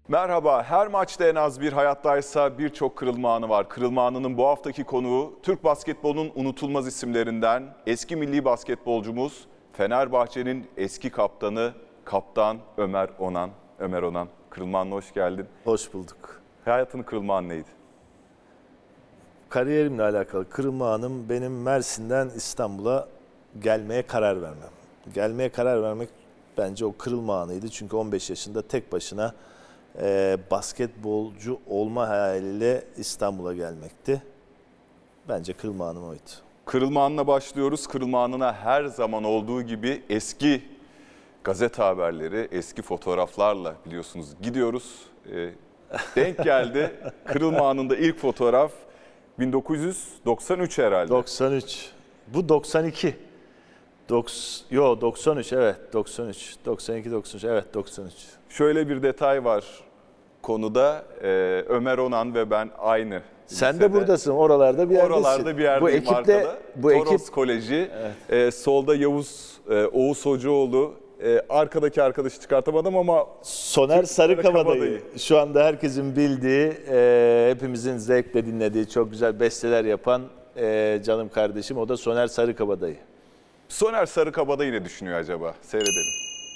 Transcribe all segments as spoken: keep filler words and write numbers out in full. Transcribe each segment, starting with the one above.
Merhaba, her maçta en az bir, hayattaysa birçok kırılma anı var. Kırılma anının bu haftaki konuğu Türk basketbolunun unutulmaz isimlerinden eski milli basketbolcumuz, Fenerbahçe'nin eski kaptanı, Kaptan Ömer Onan. Ömer Onan, kırılma anına hoş geldin. Hoş bulduk. Hayatının kırılma anı neydi? Kariyerimle alakalı kırılma anım benim Mersin'den İstanbul'a gelmeye karar vermem. Gelmeye karar vermek bence o kırılma anıydı. Çünkü on beş yaşında tek başına e, basketbolcu olma hayaliyle İstanbul'a gelmekti. Bence kırılma anım oydu. Kırılma anına başlıyoruz. Kırılma anına her zaman olduğu gibi eski gazete haberleri, eski fotoğraflarla biliyorsunuz gidiyoruz. E, denk geldi. Kırılma anında ilk fotoğraf bin dokuz yüz doksan üç herhalde. doksan üç. Bu doksan iki. Doks, yo doksan üç, evet doksan üç. doksan iki doksan üç, evet doksan üç. Şöyle bir detay var konuda. Ee, Ömer Onan ve ben aynı. Sen lisede. de buradasın, oralarda bir yerdesin. Oralarda bir yerdeyim, bu ekiple, arkada. bu Toros ekip Koleji. Evet. Ee, solda Yavuz, e, Oğuz Hocaoğlu. Ee, arkadaki arkadaşı çıkartamadım ama Soner Sarıkabadayı. Sarıkabadayı. Şu anda herkesin bildiği, e, hepimizin zevkle dinlediği, çok güzel besteler yapan e, canım kardeşim. O da Soner Sarıkabadayı. Soner Sarıkabadayı ne düşünüyor acaba? Seyredelim.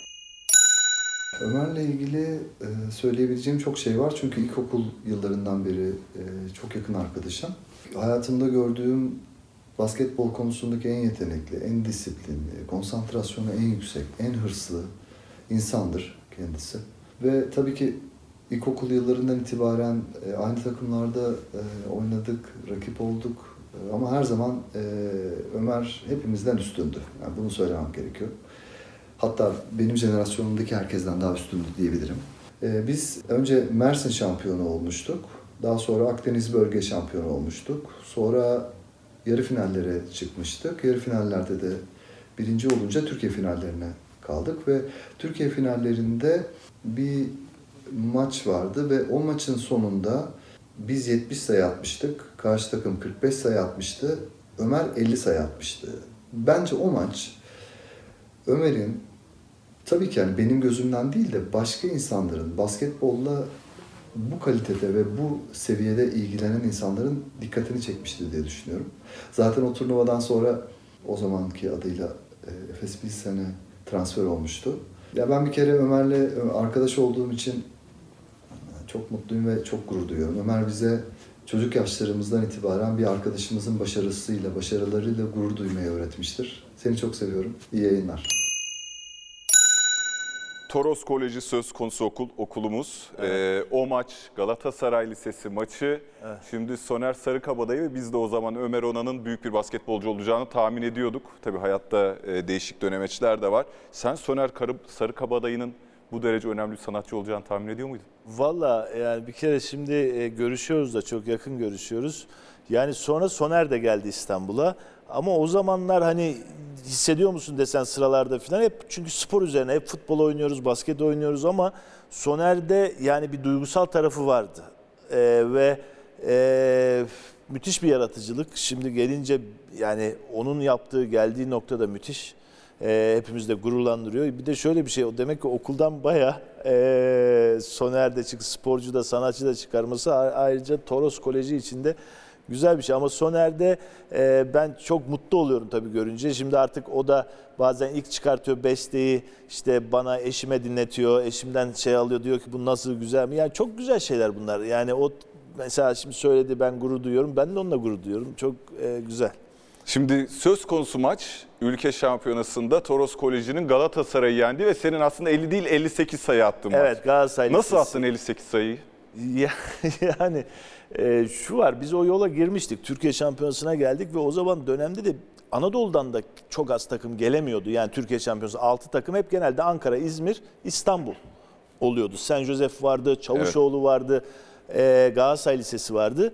Ömer'le ilgili e, söyleyebileceğim çok şey var. Çünkü ilkokul yıllarından beri e, çok yakın arkadaşım. Hayatımda gördüğüm basketbol konusundaki en yetenekli, en disiplinli, konsantrasyonu en yüksek, en hırslı insandır kendisi. Ve tabii ki ilkokul yıllarından itibaren e, aynı takımlarda e, oynadık, rakip olduk. E, ama her zaman e, Ömer hepimizden üstündü. Yani bunu söylemem gerekiyor. Hatta benim jenerasyonumdaki herkesten daha üstündü diyebilirim. Ee, biz önce Mersin şampiyonu olmuştuk. Daha sonra Akdeniz bölge şampiyonu olmuştuk. Sonra yarı finallere çıkmıştık. Yarı finallerde de birinci olunca Türkiye finallerine kaldık. Ve Türkiye finallerinde bir maç vardı ve o maçın sonunda biz yetmiş sayı atmıştık. Karşı takım kırk beş sayı atmıştı. Ömer elli sayı atmıştı. Bence o maç Ömer'in tabii ki yani benim gözümden değil de başka insanların basketbolla bu kalitede ve bu seviyede ilgilenen insanların dikkatini çekmiştir diye düşünüyorum. Zaten o turnuvadan sonra o zamanki adıyla Efes Pilsen'e transfer olmuştu. Ya ben bir kere Ömer'le arkadaş olduğum için çok mutluyum ve çok gurur duyuyorum. Ömer bize çocuk yaşlarımızdan itibaren bir arkadaşımızın başarısıyla, başarılarıyla gurur duymayı öğretmiştir. Seni çok seviyorum. İyi yayınlar. Toros Koleji söz konusu okul, okulumuz. Evet. Ee, o maç Galatasaray Lisesi maçı. Evet. Şimdi Soner Sarıkabadayı ve biz de o zaman Ömer Onan'ın büyük bir basketbolcu olacağını tahmin ediyorduk. Tabii hayatta e, değişik dönemeçler de var. Sen Soner Sarıkabadayı'nın bu derece önemli bir sanatçı olacağını tahmin ediyor muydun? Valla yani bir kere şimdi e, görüşüyoruz da çok yakın görüşüyoruz. Yani sonra Soner de geldi İstanbul'a. Ama o zamanlar hani hissediyor musun desen sıralarda falan hep çünkü spor üzerine hep futbol oynuyoruz, basket oynuyoruz ama Soner'de yani bir duygusal tarafı vardı. Ee, ve e, müthiş bir yaratıcılık. Şimdi gelince yani onun yaptığı geldiği nokta da müthiş. E, hepimiz de gururlandırıyor. Bir de şöyle bir şey, o demek ki okuldan bayağı e, Soner'de çık, sporcu da sanatçı da çıkarması ayrıca Toros Koleji içinde güzel bir şey. Ama Soner'de e, ben çok mutlu oluyorum tabii görünce. Şimdi artık o da bazen ilk çıkartıyor besteyi, işte bana, eşime dinletiyor. Eşimden şey alıyor, diyor ki bu nasıl, güzel mi? Yani çok güzel şeyler bunlar. Yani o mesela şimdi söyledi, ben gurur duyuyorum. Ben de onunla gurur duyuyorum. Çok e, güzel. Şimdi söz konusu maç ülke şampiyonasında Toros Koleji'nin Galatasaray'ı yendi ve senin aslında elli değil elli sekiz sayı attın maç. Evet, Galatasaray Nasıl Lisesi. attın elli sekiz sayıyı? Ya, yani e, şu var, biz o yola girmiştik. Türkiye Şampiyonası'na geldik ve o zaman dönemde de Anadolu'dan da çok az takım gelemiyordu. Yani Türkiye Şampiyonası altı takım hep genelde Ankara, İzmir, İstanbul oluyordu. Saint Joseph vardı, Çavuşoğlu evet. vardı, e, Galatasaray Lisesi vardı.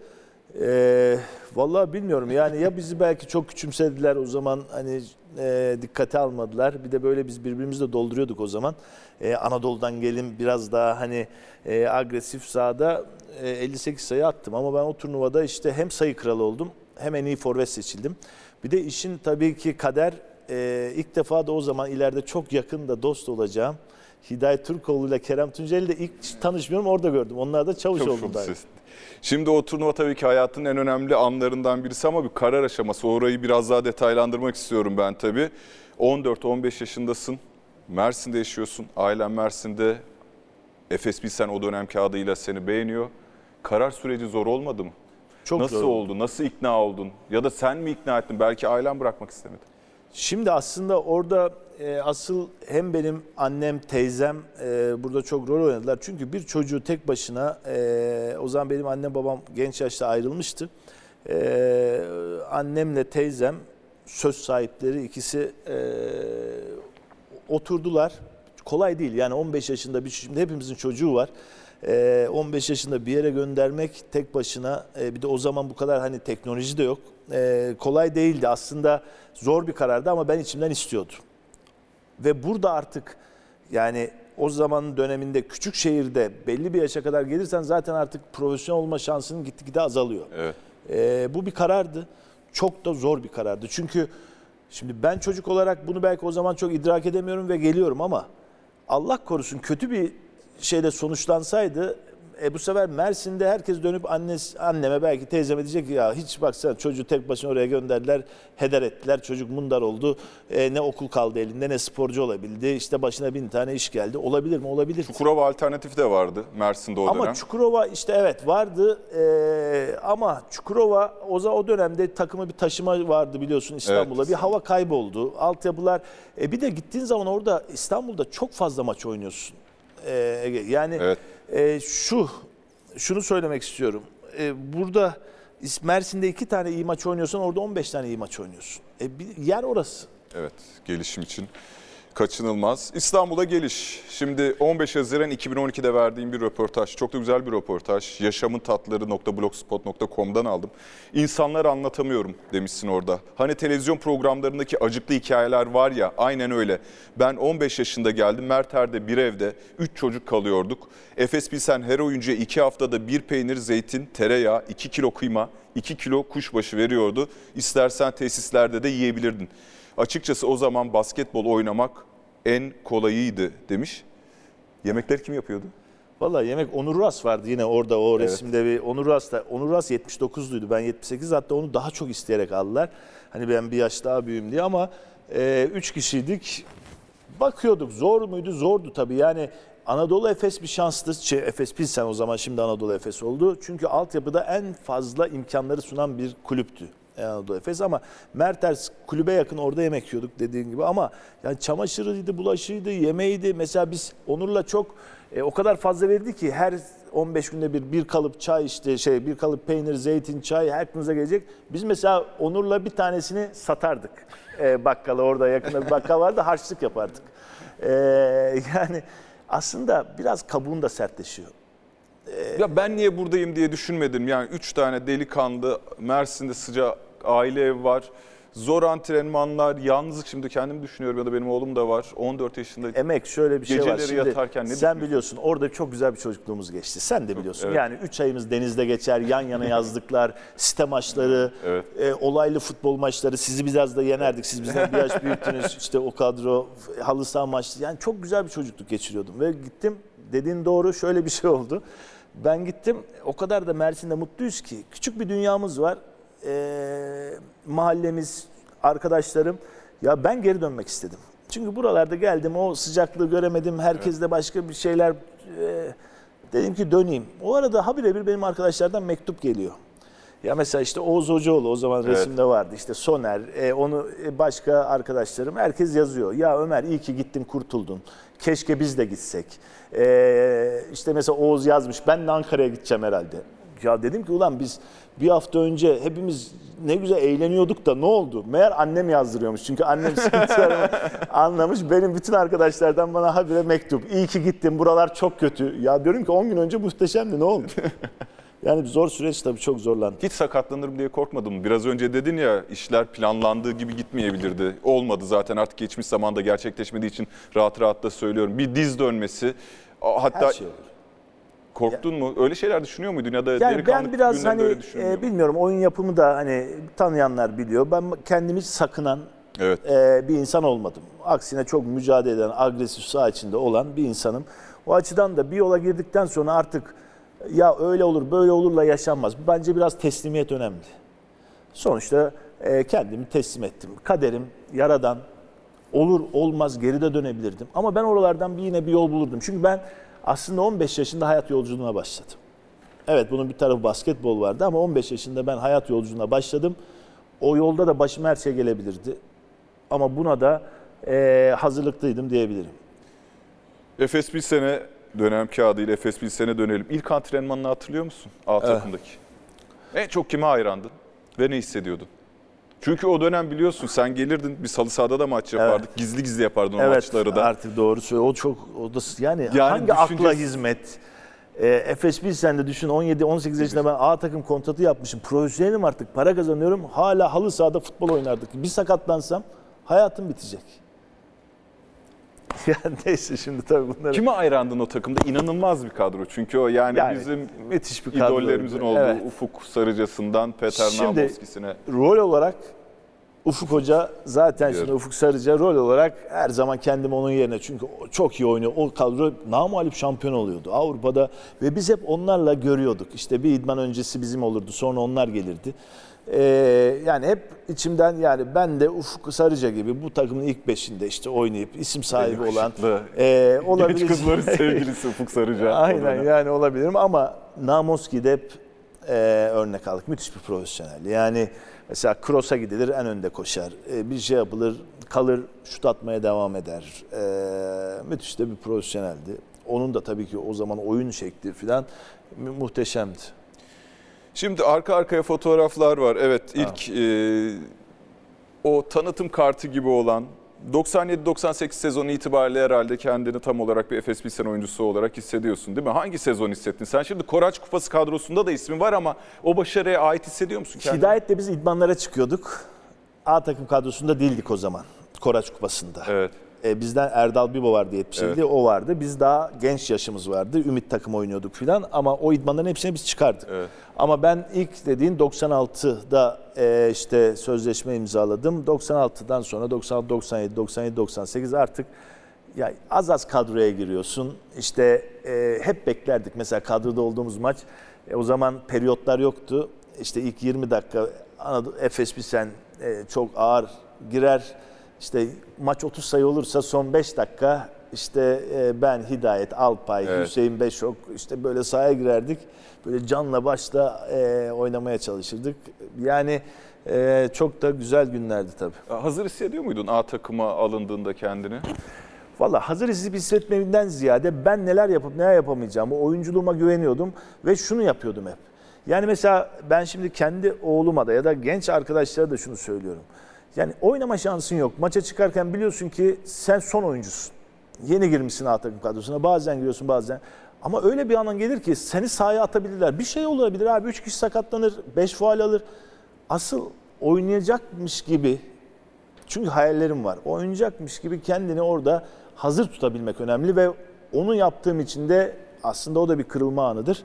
E, vallahi bilmiyorum yani ya bizi belki çok küçümsediler o zaman, hani e, dikkate almadılar. Bir de böyle biz birbirimizi de dolduruyorduk o zaman. E, Anadolu'dan gelin biraz daha hani e, agresif sahada e, elli sekiz sayı attım. Ama ben o turnuvada işte hem sayı kralı oldum hem en iyi forvet seçildim. Bir de işin tabii ki kader, e, ilk defa da o zaman ileride çok yakın da dost olacağım Hidayet Türkoğlu ile Kerem Tunceli de ilk tanışmıyorum, orada gördüm. Onlar da çavuş, Çavuş oldu. oldu daha. siz. Şimdi o turnuva tabii ki hayatın en önemli anlarından birisi ama bir karar aşaması. Orayı biraz daha detaylandırmak istiyorum ben tabii. on dört on beş yaşındasın. Mersin'de yaşıyorsun. Ailen Mersin'de. Efes Pilsen o dönemki adıyla seni beğeniyor. Karar süreci zor olmadı mı? Çok Nasıl zor oldu? Nasıl ikna oldun? Ya da sen mi ikna ettin? Belki ailen bırakmak istemedi. Şimdi aslında orada e, asıl hem benim annem, teyzem e, burada çok rol oynadılar. Çünkü bir çocuğu tek başına, e, o zaman benim annem babam genç yaşta ayrılmıştı. E, annemle teyzem söz sahipleri, ikisi e, oturdular. Kolay değil yani, on beş yaşında bir, şimdi hepimizin çocuğu var. E, on beş yaşında bir yere göndermek tek başına, e, bir de o zaman bu kadar hani teknoloji de yok. E, kolay değildi aslında, zor bir karardı ama ben içimden istiyordum. Ve burada artık yani o zamanın döneminde küçük şehirde belli bir yaşa kadar gelirsen zaten artık profesyonel olma şansının gitgide azalıyor. Evet. E, bu bir karardı. Çok da zor bir karardı. Çünkü şimdi ben çocuk olarak bunu belki o zaman çok idrak edemiyorum ve geliyorum ama Allah korusun kötü bir şeyle sonuçlansaydı, e bu sefer Mersin'de herkes dönüp annesi, anneme belki teyzeme diyecek ki ya hiç baksana çocuğu tek başına oraya gönderdiler, heder ettiler, çocuk mundar oldu, e, ne okul kaldı elinde ne sporcu olabildi, işte başına bin tane iş geldi. Olabilir mi? Olabilir. Çukurova alternatifi de vardı Mersin'de o ama dönem. Çukurova işte evet vardı e, ama Çukurova o, o dönemde takımı bir taşıma vardı biliyorsun İstanbul'a, Evet. bir hava kayboldu, altyapılar, e, bir de gittiğin zaman orada İstanbul'da çok fazla maç oynuyorsun. E, yani Evet. e, şu şunu söylemek istiyorum. E, burada Mersin'de iki tane iyi maç oynuyorsan orada on beş tane iyi maç oynuyorsun. E, bir yer orası. Evet, gelişim için kaçınılmaz. İstanbul'a geliş. Şimdi on beş Haziran iki bin on iki'de verdiğim bir röportaj. Çok da güzel bir röportaj. yaşamın tatları nokta blogspot nokta com'dan aldım. İnsanlara anlatamıyorum demişsin orada. Hani televizyon programlarındaki acıklı hikayeler var ya, aynen öyle. Ben on beş yaşında geldim. Merter'de bir evde üç çocuk kalıyorduk. Efes Pilsen her oyuncuya iki haftada bir peynir, zeytin, tereyağı, iki kilo kıyma, iki kilo kuşbaşı veriyordu. İstersen tesislerde de yiyebilirdin. Açıkçası o zaman basketbol oynamak en kolayıydı demiş. Yemekleri kim yapıyordu? Vallahi yemek Onur Ras vardı yine orada o Evet. resimde bir Onur Ras da Onur Ras yetmiş dokuzluydu, ben yetmiş sekiz, hatta onu daha çok isteyerek aldılar. Hani ben bir yaş daha büyüğüm diye ama e, üç kişiydik. Bakıyorduk, zor muydu? Zordu tabii. Yani Anadolu Efes bir şanstı. Şey, Efes Pilsen o zaman, şimdi Anadolu Efes oldu. Çünkü altyapıda en fazla imkanları sunan bir kulüptü Anadolu Efes, ama Merters kulübe yakın, orada yemek yiyorduk dediğin gibi, ama yani çamaşırıydı, bulaşıydı, yemeğiydi. Mesela biz Onur'la çok e, o kadar fazla verdi ki her on beş günde bir bir kalıp çay, işte şey bir kalıp peynir, zeytin, çay aklınıza gelecek. Biz mesela Onur'la bir tanesini satardık. E, bakkala, orada yakında bir bakkal vardı, harçlık yapardık. E, yani aslında biraz kabuğun da sertleşiyor. Ya ben niye buradayım diye düşünmedim. Yani üç tane delikanlı, Mersin'de sıcak aile ev var. Zor antrenmanlar, yalnız şimdi kendim düşünüyorum ya da benim oğlum da var. on dört yaşında. Emek şöyle bir şey var. Geceleri Şimdi yatarken ne sen düşünüyorsun? biliyorsun orada çok güzel bir çocukluğumuz geçti. Sen de biliyorsun. Evet. Yani üç ayımız denizde geçer, yan yana yazlıklar, site maçları, Evet. e, olaylı futbol maçları. Sizi biraz da yenerdik. Siz bizden bir yaş büyüktünüz. İşte o kadro, halı saha maçları. Yani çok güzel bir çocukluk geçiriyordum. Ve gittim, dediğin doğru, şöyle bir şey oldu. Ben gittim, o kadar da Mersin'de mutluyuz ki. Küçük bir dünyamız var. E, mahallemiz, arkadaşlarım. Ya ben geri dönmek istedim. Çünkü buralarda geldim, o sıcaklığı göremedim. Herkesle başka bir şeyler. E, dedim ki döneyim. O arada habire benim arkadaşlardan mektup geliyor. Ya mesela işte Oğuz Hocaoğlu o zaman Evet. resimde vardı. İşte Soner, e, onu e, başka arkadaşlarım, herkes yazıyor. Ya Ömer, iyi ki gittin, kurtuldun. Keşke biz de gitsek. E, işte mesela Oğuz yazmış, ben de Ankara'ya gideceğim herhalde. Ya dedim ki ulan biz bir hafta önce hepimiz ne güzel eğleniyorduk da ne oldu? Meğer annem yazdırıyormuş. Çünkü annem sıkıntılarımı anlamış. Benim bütün arkadaşlardan bana habire mektup. İyi ki gittin, buralar çok kötü. Ya diyorum ki on gün önce muhteşemdi, ne oldu? Yani zor süreç tabii, çok zorlandı. Hiç sakatlanırım diye korkmadın mı? Biraz önce dedin ya, işler planlandığı gibi gitmeyebilirdi. Olmadı zaten, artık geçmiş zamanda gerçekleşmediği için rahat rahat da söylüyorum. Bir diz dönmesi, hatta Her şey olur. korktun mu? Öyle şeyler düşünüyor muydun ya da Yani delikanlı ben biraz günlerinde hani öyle düşünmüyor e, muydun? bilmiyorum, oyun yapımı da hani tanıyanlar biliyor. Ben kendimi sakınan, Evet. e, bir insan olmadım. Aksine çok mücadele eden, agresif, saha içinde olan bir insanım. O açıdan da bir yola girdikten sonra artık ya öyle olur böyle olurla yaşanmaz. Bence biraz teslimiyet önemli. Sonuçta e, kendimi teslim ettim. Kaderim, yaradan, olur olmaz geride dönebilirdim. Ama ben oralardan bir yine bir yol bulurdum. Çünkü ben aslında on beş yaşında hayat yolculuğuna başladım. Evet, bunun bir tarafı basketbol vardı ama on beş yaşında ben hayat yolculuğuna başladım. O yolda da başıma her şey gelebilirdi. Ama buna da e, hazırlıklıydım diyebilirim. Efes Pilsen'e dönemki adıyla Efes Pilsen'e dönelim. İlk antrenmanını hatırlıyor musun A Evet. takımdaki? En çok kime hayrandın ve ne hissediyordun? Çünkü o dönem biliyorsun sen gelirdin, biz halı sahada da maç yapardık. Evet. Gizli gizli yapardın o Evet, maçları da. artık doğru söylüyor. O çok, o da yani, Yani hangi akla düşüncesi- hizmet? E, Efes Pilsen'de düşün on yedi on sekiz yaşında ben A takım kontratı yapmışım. Profesyonelim artık, para kazanıyorum. Hala halı sahada futbol oynardık. Bir sakatlansam hayatım bitecek. Yani neyse şimdi tabii bunları... Kime hayrandın o takımda? İnanılmaz bir kadro. Çünkü o yani, Yani bizim müthiş bir kadro. idollerimizin olduğu Evet. Ufuk Sarıcası'ndan Peter Şimdi- Namovski'sine. Rol olarak Ufuk Hoca zaten şimdi Biliyorum. Ufuk Sarıca rol olarak her zaman kendimi onun yerine, çünkü o çok iyi oynuyor. O kadro namağlup şampiyon oluyordu Avrupa'da ve biz hep onlarla görüyorduk. İşte bir idman öncesi bizim olurdu, sonra onlar gelirdi. Ee, yani hep içimden, yani ben de Ufuk Sarıca gibi bu takımın ilk beşinde işte oynayıp isim sahibi olan Yakışıklı. e, Genç olabilir. kızların sevgilisi Ufuk Sarıca. O Aynen dönem. yani olabilirim ama Namoski'de hep e, örnek aldık. Müthiş bir profesyonel. Yani mesela cross'a gidilir, en önde koşar. E, bir şey yapılır, kalır, şut atmaya devam eder. E, müthiş de bir profesyoneldi. Onun da tabii ki o zaman oyun şekli falan mu- muhteşemdi. Şimdi arka arkaya fotoğraflar var. Evet, ilk e, o tanıtım kartı gibi olan doksan yedi doksan sekiz sezonu itibariyle herhalde kendini tam olarak bir Efes Pilsen oyuncusu olarak hissediyorsun değil mi? Hangi sezon hissettin? Sen şimdi Koraç Kupası kadrosunda da ismin var ama o başarıya ait hissediyor musun kendini? Hidayetle biz idmanlara çıkıyorduk. A takım kadrosunda değildik o zaman. Koraç Kupası'nda. Evet. E, bizden Erdal Bibo vardı yetmiş yedi, Evet. o vardı. Biz daha genç yaşımız vardı. Ümit takım oynuyorduk filan ama o idmanların hepsini biz çıkardık. Evet. Ama ben ilk dediğin doksan altıda e, işte sözleşme imzaladım. doksan altıdan sonra doksan altı doksan yedi doksan yedi doksan sekiz artık ya az az kadroya giriyorsun. İşte e, hep beklerdik mesela kadroda olduğumuz maç. E, o zaman periyotlar yoktu. İşte ilk yirmi dakika Anadolu Efes Pilsen e, çok ağır girer. İşte maç otuz sayı olursa son beş dakika işte e, ben, Hidayet, Alpay, Evet. Hüseyin Beşok işte böyle sahaya girerdik. Böyle canla başla e, oynamaya çalışırdık. Yani e, çok da güzel günlerdi tabii. Hazır hissediyor muydun A takıma alındığında kendini? Valla hazır hissedip hissetmemden ziyade ben neler yapıp neler yapamayacağım. O oyunculuğuma güveniyordum ve şunu yapıyordum hep. Yani mesela ben şimdi kendi oğluma da ya da genç arkadaşlara da şunu söylüyorum. Yani oynama şansın yok. Maça çıkarken biliyorsun ki sen son oyuncusun. Yeni girmişsin A takım kadrosuna. Bazen giriyorsun bazen. Ama öyle bir an gelir ki seni sahaya atabilirler. Bir şey olabilir abi. Üç kişi sakatlanır. Beş faul alır. Asıl oynayacakmış gibi, çünkü hayallerim var. Oynayacakmış gibi kendini orada hazır tutabilmek önemli ve onu yaptığım için de aslında o da bir kırılma anıdır.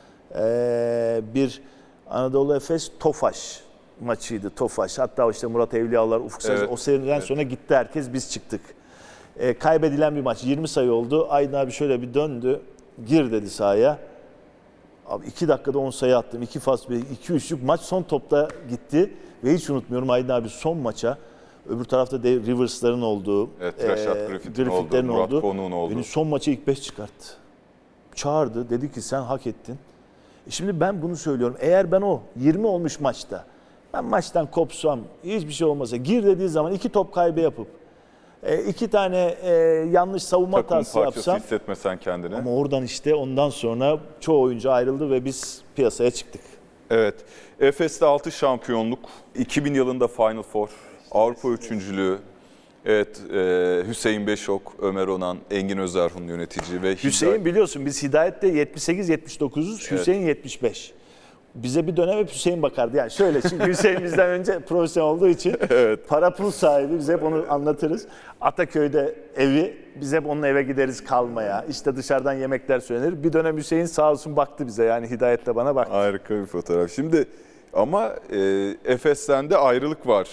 Ee, bir Anadolu Efes Tofaş maçıydı. Tofaş. Hatta işte Murat Evliyalar, Ufuk Sarıcı. Evet. O seriden sonra gitti herkes, biz çıktık. Ee, kaybedilen bir maç. yirmi sayı oldu. Aydın abi şöyle bir döndü. Gir dedi sahaya. Abi iki dakikada on sayı attım. iki fast bir, iki üçlük. Maç son topta gitti. Ve hiç unutmuyorum Aydın abi son maça. Öbür tarafta de Rivers'ların olduğu, Evet, Rashad Griffith'in Griffith'lerin olduğu, Murat olduğu. Konuğ'un olduğu. Beni son maça ilk beş çıkarttı. Çağırdı. Dedi ki sen hak ettin. E şimdi ben bunu söylüyorum. Eğer ben o yirmi olmuş maçta, ben maçtan kopsam, hiçbir şey olmasa, gir dediği zaman iki top kaybı yapıp, e, iki tane e, yanlış savunma Takım hatası parçası yapsam. hissetmesen kendini. Ama oradan işte ondan sonra çoğu oyuncu ayrıldı ve biz piyasaya çıktık. Evet. Efes'te altı şampiyonluk, iki bin yılında Final Four, Avrupa üçüncülüğü. Evet, e, Hüseyin Beşok, Ömer Onan, Engin Özerhun yönetici ve Hüseyin Hidayet- biliyorsun biz Hidayet'te yetmiş sekiz yetmiş dokuzuz, Hüseyin yetmiş beş. Bize bir dönem hep Hüseyin bakardı. Yani şöyle, çünkü Hüseyin bizden önce profesyonel olduğu için para pul sahibi, biz hep onu anlatırız. Ataköy'de evi, biz hep onun eve gideriz kalmaya. İşte dışarıdan yemekler söylenir. Bir dönem Hüseyin sağ olsun baktı bize, yani Hidayet'le bana baktı. Harika bir fotoğraf. Şimdi ama e, Efes'ten de ayrılık var.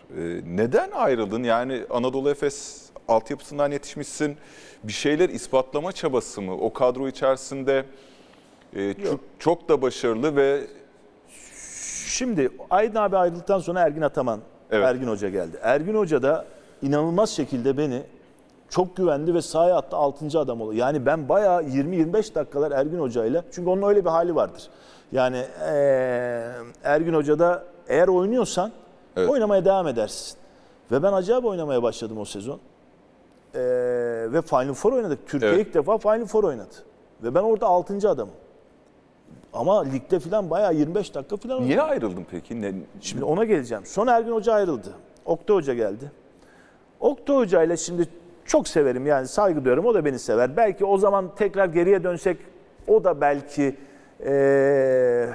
Ee, neden ayrıldın? Yani Anadolu Efes altyapısından yetişmişsin. Bir şeyler ispatlama çabası mı? O kadro içerisinde e, çok, çok da başarılı ve Şimdi Aydın abi ayrıldıktan sonra Ergin Ataman, Evet. Ergin Hoca geldi. Ergin Hoca da inanılmaz şekilde beni çok güvendi ve sahaya attı altıncı adam oldu. Yani ben bayağı yirmi yirmi beş dakikalar Ergin Hoca'yla, çünkü onun öyle bir hali vardır. Yani eee, Ergin Hoca'da eğer oynuyorsan Evet. oynamaya devam edersin. Ve ben acayip oynamaya başladım o sezon. Eee, ve Final Four oynadık. Türkiye Evet. ilk defa Final Four oynadı. Ve ben orada altıncı adamım. Ama ligde falan bayağı yirmi beş dakika falan oynadım. niye ayrıldın peki? Ne, Şimdi ona geleceğim. Sonra Ergin Hoca ayrıldı. Oktay Hoca geldi. Oktay Hoca ile şimdi çok severim, yani saygı duyuyorum. O da beni sever. Belki o zaman tekrar geriye dönsek o da belki ee,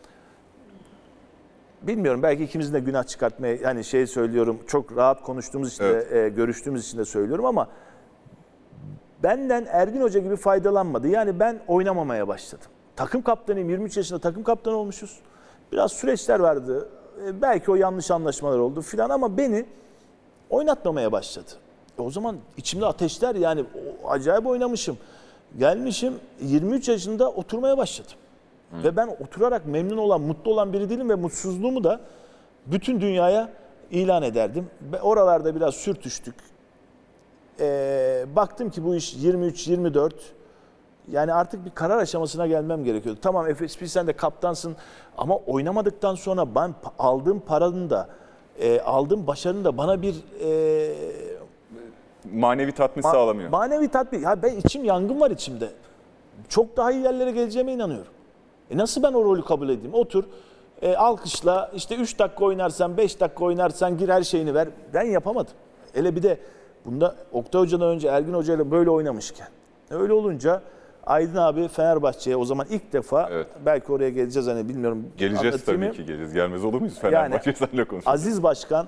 bilmiyorum, belki ikimizin de günah çıkartmaya, yani şey söylüyorum, çok rahat konuştuğumuz için Evet. de, e, görüştüğümüz için de söylüyorum ama benden Ergin Hoca gibi faydalanmadı. Yani ben oynamamaya başladım. Takım kaptanıyım, yirmi üç yaşında takım kaptanı olmuşuz. Biraz süreçler vardı. E, belki o yanlış anlaşmalar oldu filan ama beni oynatmamaya başladı. E, o zaman içimde ateşler, yani o, acayip oynamışım. Gelmişim yirmi üç yaşında oturmaya başladım. Hı. Ve ben oturarak memnun olan, mutlu olan biri değilim ve mutsuzluğumu da bütün dünyaya ilan ederdim. Ve oralarda biraz sürtüştük. E, baktım ki bu iş yirmi üç yirmi dört, yani artık bir karar aşamasına gelmem gerekiyordu. Tamam, Efes Pilsen sen de kaptansın ama oynamadıktan sonra ben aldığım paranın da e, aldığım başarının da bana bir e, manevi tatmin ma- sağlamıyor. manevi tatmin. Ya ben içim, yangın var içimde. Çok daha iyi yerlere geleceğime inanıyorum. E nasıl ben o rolü kabul edeyim? Otur, e, alkışla, işte üç dakika oynarsan, beş dakika oynarsan gir, her şeyini ver. Ben yapamadım. Hele bir de bunda Oktay Hoca'dan önce Ergin Hoca ile böyle oynamışken. Öyle olunca Aydın abi Fenerbahçe'ye o zaman ilk defa, Evet. belki oraya geleceğiz, hani bilmiyorum. Geleceğiz anlatayım tabii mı? ki, geleceğiz. Gelmez olur muyuz? Fenerbahçe seninle konuşalım. Aziz Başkan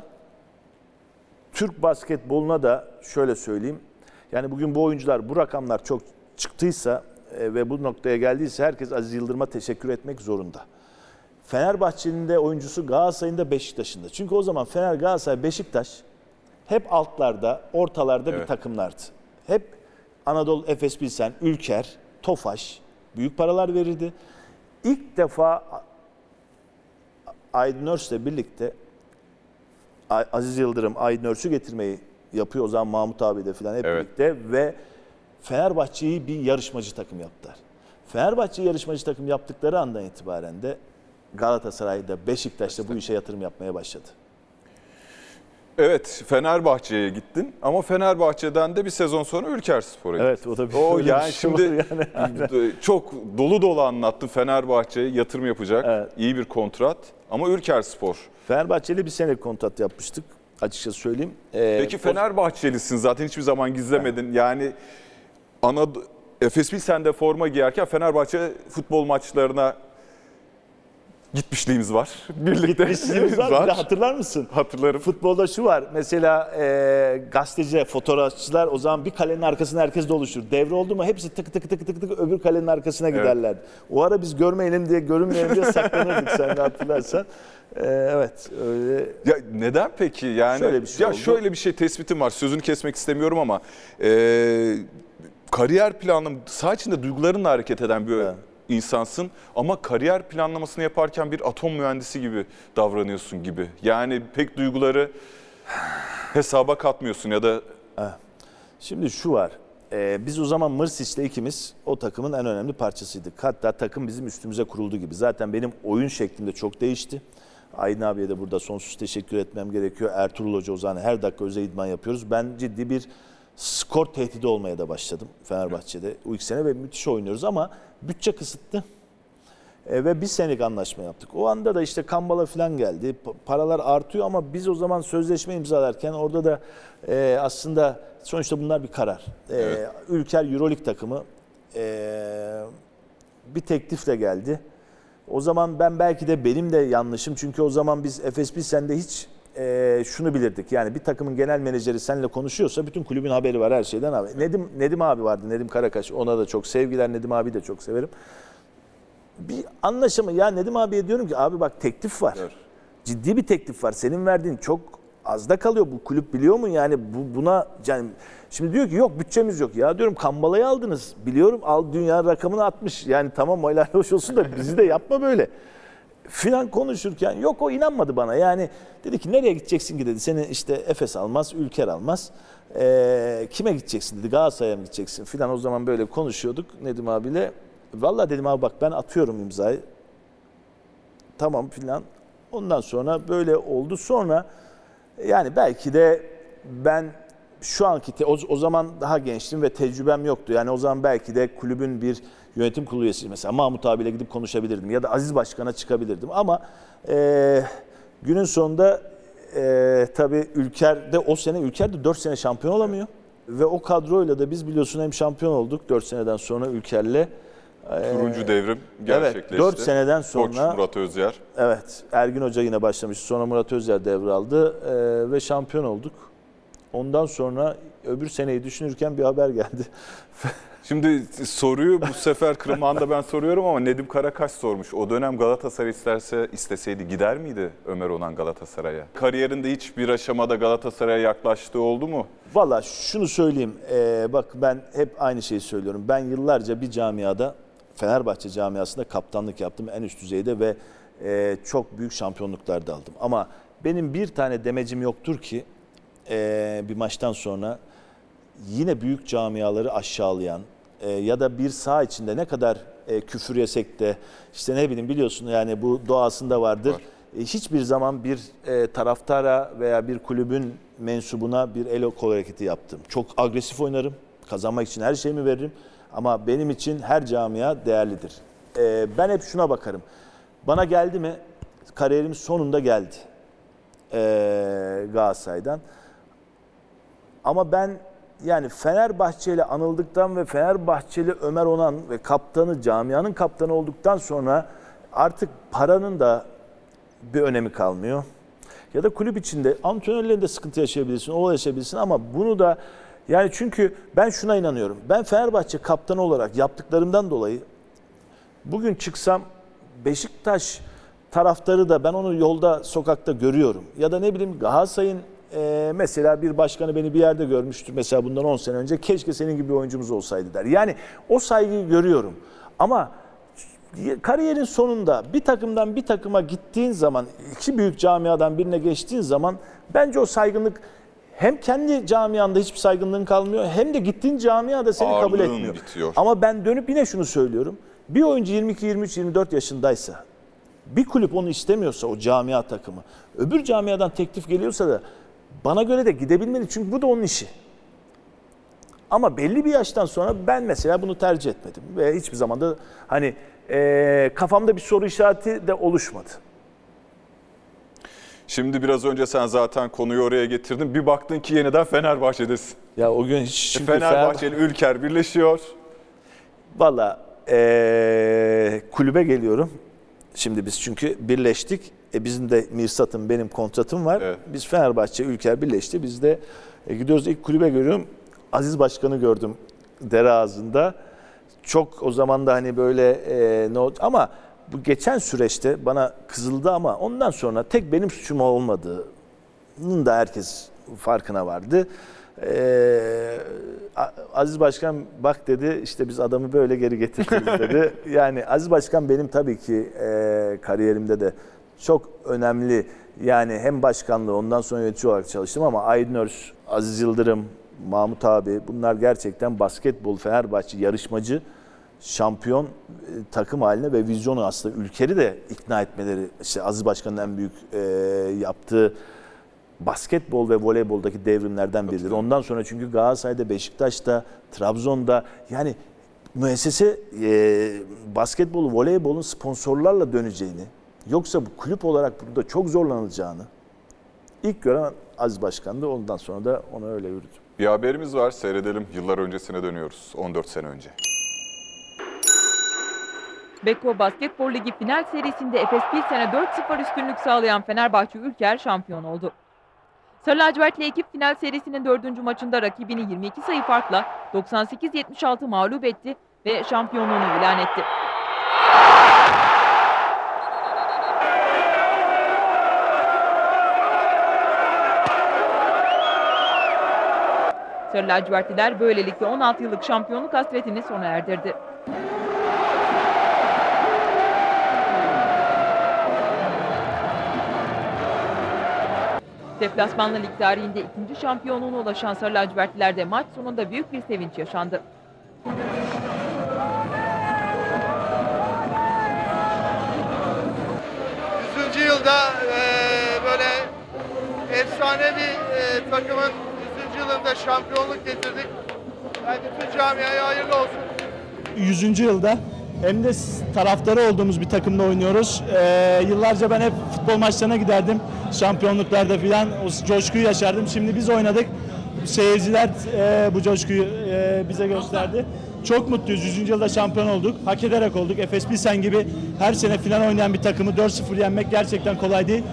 Türk basketboluna da şöyle söyleyeyim. Yani bugün bu oyuncular, bu rakamlar çok çıktıysa e, ve bu noktaya geldiyse herkes Aziz Yıldırım'a teşekkür etmek zorunda. Fenerbahçe'nin de oyuncusu, Galatasaray'ın da, Beşiktaş'ın da. Çünkü o zaman Fener, Galatasaray, Beşiktaş hep altlarda, ortalarda Evet. bir takımlardı. Hep Anadolu Efes Pilsen, Ülker, Tofaş büyük paralar verirdi. İlk defa Aydın Örs'le birlikte Aziz Yıldırım Aydın Örs'ü getirmeyi yapıyor. O zaman Mahmut abi de falan hep Evet. birlikte ve Fenerbahçe'yi bir yarışmacı takım yaptılar. Fenerbahçe'yi yarışmacı takım yaptıkları andan itibaren de Galatasaray'da, Beşiktaş'ta bu işe yatırım yapmaya başladı. Evet, Fenerbahçe'ye gittin ama Fenerbahçe'den de bir sezon sonra Ülkerspor'a gittin. Evet, o da bir, O öyle yani bir şey şimdi var yani. çok dolu dolu anlattın. Fenerbahçe'ye yatırım yapacak, Evet. iyi bir kontrat ama Ülkerspor. Fenerbahçe'yle bir senelik kontrat yapmıştık, açıkçası söyleyeyim. Ee, Peki Fenerbahçelisin zaten, hiçbir zaman gizlemedin. Yani Anad Efes Pilsen'de forma giyerken Fenerbahçe futbol maçlarına gitmişliğimiz var. Birlikte Gitmişliğimiz var. Bir de hatırlar mısın? Hatırlarım. Futbolda şu var. Mesela e, gazeteciler, fotoğrafçılar o zaman bir kalenin arkasına herkes doluşur. Devre oldu mu hepsi tık tık tık tık tık öbür kalenin arkasına giderlerdi. O ara biz görmeyelim diye, görünmeyelim diye saklanırdık, sen de hatırlarsan. E, evet öyle. Ya neden peki? Yani Şöyle bir şey ya oldu. şöyle bir şey tespitim var. Sözünü kesmek istemiyorum ama e, kariyer planım, saha içinde duygularınla hareket eden bir Evet. insansın ama kariyer planlamasını yaparken bir atom mühendisi gibi davranıyorsun gibi. Yani pek duyguları hesaba katmıyorsun ya da Şimdi şu var. E, biz o zaman Mırsic'le ikimiz o takımın en önemli parçasıydık. Hatta takım bizim üstümüze kuruldu gibi. Zaten benim oyun şeklim de çok değişti. Aydın abiye de burada sonsuz teşekkür etmem gerekiyor. Ertuğrul Hoca o zaman her dakika özel idman yapıyoruz. Ben ciddi bir skor tehdidi olmaya da başladım Fenerbahçe'de. Bu iki sene ve müthiş oynuyoruz ama bütçe kısıtlı. E, ve bir senelik anlaşma yaptık. O anda da işte Kambala falan geldi. Pa- paralar artıyor ama biz o zaman sözleşme imzalarken orada da e, aslında sonuçta bunlar bir karar. E, Evet. Ülker Euroleague takımı e, bir teklifle geldi. O zaman ben, belki de benim de yanlışım, çünkü o zaman biz Efes Pilsen'de hiç e, şunu bilirdik. Yani bir takımın genel menajeri seninle konuşuyorsa bütün kulübün haberi var, her şeyden abi. Nedim Nedim abi vardı, Nedim Karakaş. Ona da çok sevgiler. Nedim abi de çok severim. Bir anlaşama, ya Nedim abiye diyorum ki abi bak teklif var. Evet. Ciddi bir teklif var. Senin verdiğin çok azda kalıyor. Bu kulüp biliyor mu yani bu buna yani şimdi diyor ki yok bütçemiz yok. Ya diyorum Kambala'yı aldınız. Biliyorum al dünya rakamını atmış. Yani tamam helal hoş olsun da bizi de yapma böyle. Filan konuşurken yok o inanmadı bana. Yani dedi ki nereye gideceksin ki dedi. Seni işte Efes almaz, Ülker almaz. Ee, kime gideceksin dedi. Galatasaray'a mı gideceksin filan. O zaman böyle konuşuyorduk Nedim abiyle. Vallahi dedim abi bak ben atıyorum imzayı. Tamam filan. Ondan sonra böyle oldu. Sonra yani belki de ben şu anki te, o, o zaman daha gençtim ve tecrübem yoktu. Yani o zaman belki de kulübün bir yönetim kurulu üyesi mesela Mahmut abiyle gidip konuşabilirdim ya da Aziz Başkan'a çıkabilirdim. Ama e, günün sonunda e, tabii Ülker'de o sene Ülker'de dört sene şampiyon olamıyor. Ve o kadroyla da biz biliyorsun hem şampiyon olduk dört seneden sonra Ülker'le. Turuncu devrim gerçekleşti. Evet, dört seneden sonra Koç Murat Özyer. Evet, Ergin Hoca yine başlamış. Sonra Murat Özyer devraldı e, ve şampiyon olduk. Ondan sonra öbür seneyi düşünürken bir haber geldi. Şimdi soruyu bu sefer Kırılmağı'nda ben soruyorum ama Nedim Karakaş sormuş. O dönem Galatasaray isterse isteseydi gider miydi Ömer Onan Galatasaray'a? Kariyerinde hiçbir aşamada Galatasaray'a yaklaştığı oldu mu? Valla şunu söyleyeyim. E, bak ben hep aynı şeyi söylüyorum. Ben yıllarca bir camiada Fenerbahçe camiasında kaptanlık yaptım en üst düzeyde ve e, çok büyük şampiyonluklar da aldım. Ama benim bir tane demecim yoktur ki e, bir maçtan sonra yine büyük camiaları aşağılayan e, ya da bir saha içinde ne kadar e, küfür yesek de işte ne bileyim biliyorsun yani bu doğasında vardır. Var. E, hiçbir zaman bir e, taraftara veya bir kulübün mensubuna bir el kol hareketi yaptım. Çok agresif oynarım. Kazanmak için her şeyimi veririm. Ama benim için her camia değerlidir. Ee, ben hep şuna bakarım. Bana geldi mi? Kariyerimin sonunda geldi. Ee, Galatasaray'dan. Ama ben yani Fenerbahçe ile anıldıktan ve Fenerbahçeli Ömer Onan ve kaptanı, camianın kaptanı olduktan sonra artık paranın da bir önemi kalmıyor. Ya da kulüp içinde antrenörlerinde sıkıntı yaşayabilirsin, o yaşayabilirsin ama bunu da yani çünkü ben şuna inanıyorum. Ben Fenerbahçe kaptanı olarak yaptıklarımdan dolayı bugün çıksam Beşiktaş taraftarı da ben onu yolda, sokakta görüyorum. Ya da ne bileyim Galatasaray'ın e, mesela bir başkanı beni bir yerde görmüştür. Mesela bundan on sene önce keşke senin gibi bir oyuncumuz olsaydı der. Yani o saygıyı görüyorum. Ama kariyerin sonunda bir takımdan bir takıma gittiğin zaman, iki büyük camiadan birine geçtiğin zaman bence o saygınlık hem kendi camianda hiçbir saygınlığın kalmıyor hem de gittiğin camiada seni Ağırlığın kabul etmiyor. bitiyor. Ama ben dönüp yine şunu söylüyorum. Bir oyuncu yirmi iki, yirmi üç, yirmi dört yaşındaysa, bir kulüp onu istemiyorsa o camia takımı, öbür camiadan teklif geliyorsa da bana göre de gidebilmeli. Çünkü bu da onun işi. Ama belli bir yaştan sonra ben mesela bunu tercih etmedim. Ve hiçbir zaman da hani e, kafamda bir soru işareti de oluşmadı. Şimdi biraz önce sen zaten konuyu oraya getirdin. Bir baktın ki yeniden Fenerbahçe'desin. Ya o gün hiç... Çünkü Fenerbahçe ile Ülker birleşiyor. Valla e, kulübe geliyorum. Şimdi biz çünkü birleştik. E, bizim de Mirsat'ın benim kontratım var. Evet. Biz Fenerbahçe, Ülker birleşti. Biz de e, gidiyoruz ilk kulübe görüyorum. Aziz Başkan'ı gördüm dere ağzında. Çok o zaman da hani böyle e, ne oldu ama bu geçen süreçte bana kızıldı ama ondan sonra tek benim suçum olmadığının da herkes farkına vardı. Ee, Aziz Başkan bak dedi işte biz adamı böyle geri getirdik dedi. Yani Aziz Başkan benim tabii ki e, kariyerimde de çok önemli yani hem başkanlığı ondan sonra yönetici olarak çalıştım ama Aydın Örs, Aziz Yıldırım, Mahmut abi bunlar gerçekten basketbol Fenerbahçe yarışmacı şampiyon e, takım haline ve vizyonu aslında Ülker'i de ikna etmeleri işte Aziz Başkan'ın en büyük e, yaptığı basketbol ve voleyboldaki devrimlerden biridir. Ondan sonra çünkü Galatasaray'da, Beşiktaş'ta, Trabzon'da yani müessese e, basketbolu, voleybolun sponsorlarla döneceğini yoksa bu kulüp olarak burada çok zorlanılacağını ilk gören Aziz Başkan'dı. Ondan sonra da onu öyle yürüdüm. Bir haberimiz var seyredelim. Yıllar öncesine dönüyoruz. on dört sene önce. Beko Basketbol Ligi final serisinde Efes Pilsen'e dört sıfır üstünlük sağlayan Fenerbahçe Ülker şampiyon oldu. Sarı lacivertli ekip final serisinin dördüncü maçında rakibini yirmi iki sayı farkla doksan sekiz yetmiş altı mağlup etti ve şampiyonluğunu ilan etti. Sarı lacivertliler böylelikle on altı yıllık şampiyonluk hasretini sona erdirdi. Deplasmanlı lig tarihinde ikinci şampiyonluğuna ulaşan Sarı lacivertlilerde maç sonunda büyük bir sevinç yaşandı. yüzüncü yılda e, böyle efsane bir e, takımın yüzüncü yılında şampiyonluk getirdik. Yani bütün camiaya hayırlı olsun. yüzüncü yılda hem de taraftarı olduğumuz bir takımda oynuyoruz. Ee, yıllarca ben hep futbol maçlarına giderdim. Şampiyonluklarda filan o coşkuyu yaşardım. Şimdi biz oynadık. Seyirciler e, bu coşkuyu e, bize gösterdi. Çok mutluyuz. yüzüncü yılda şampiyon olduk. Hak ederek olduk. Efes Pilsen gibi her sene filan oynayan bir takımı dört sıfır yenmek gerçekten kolay değil.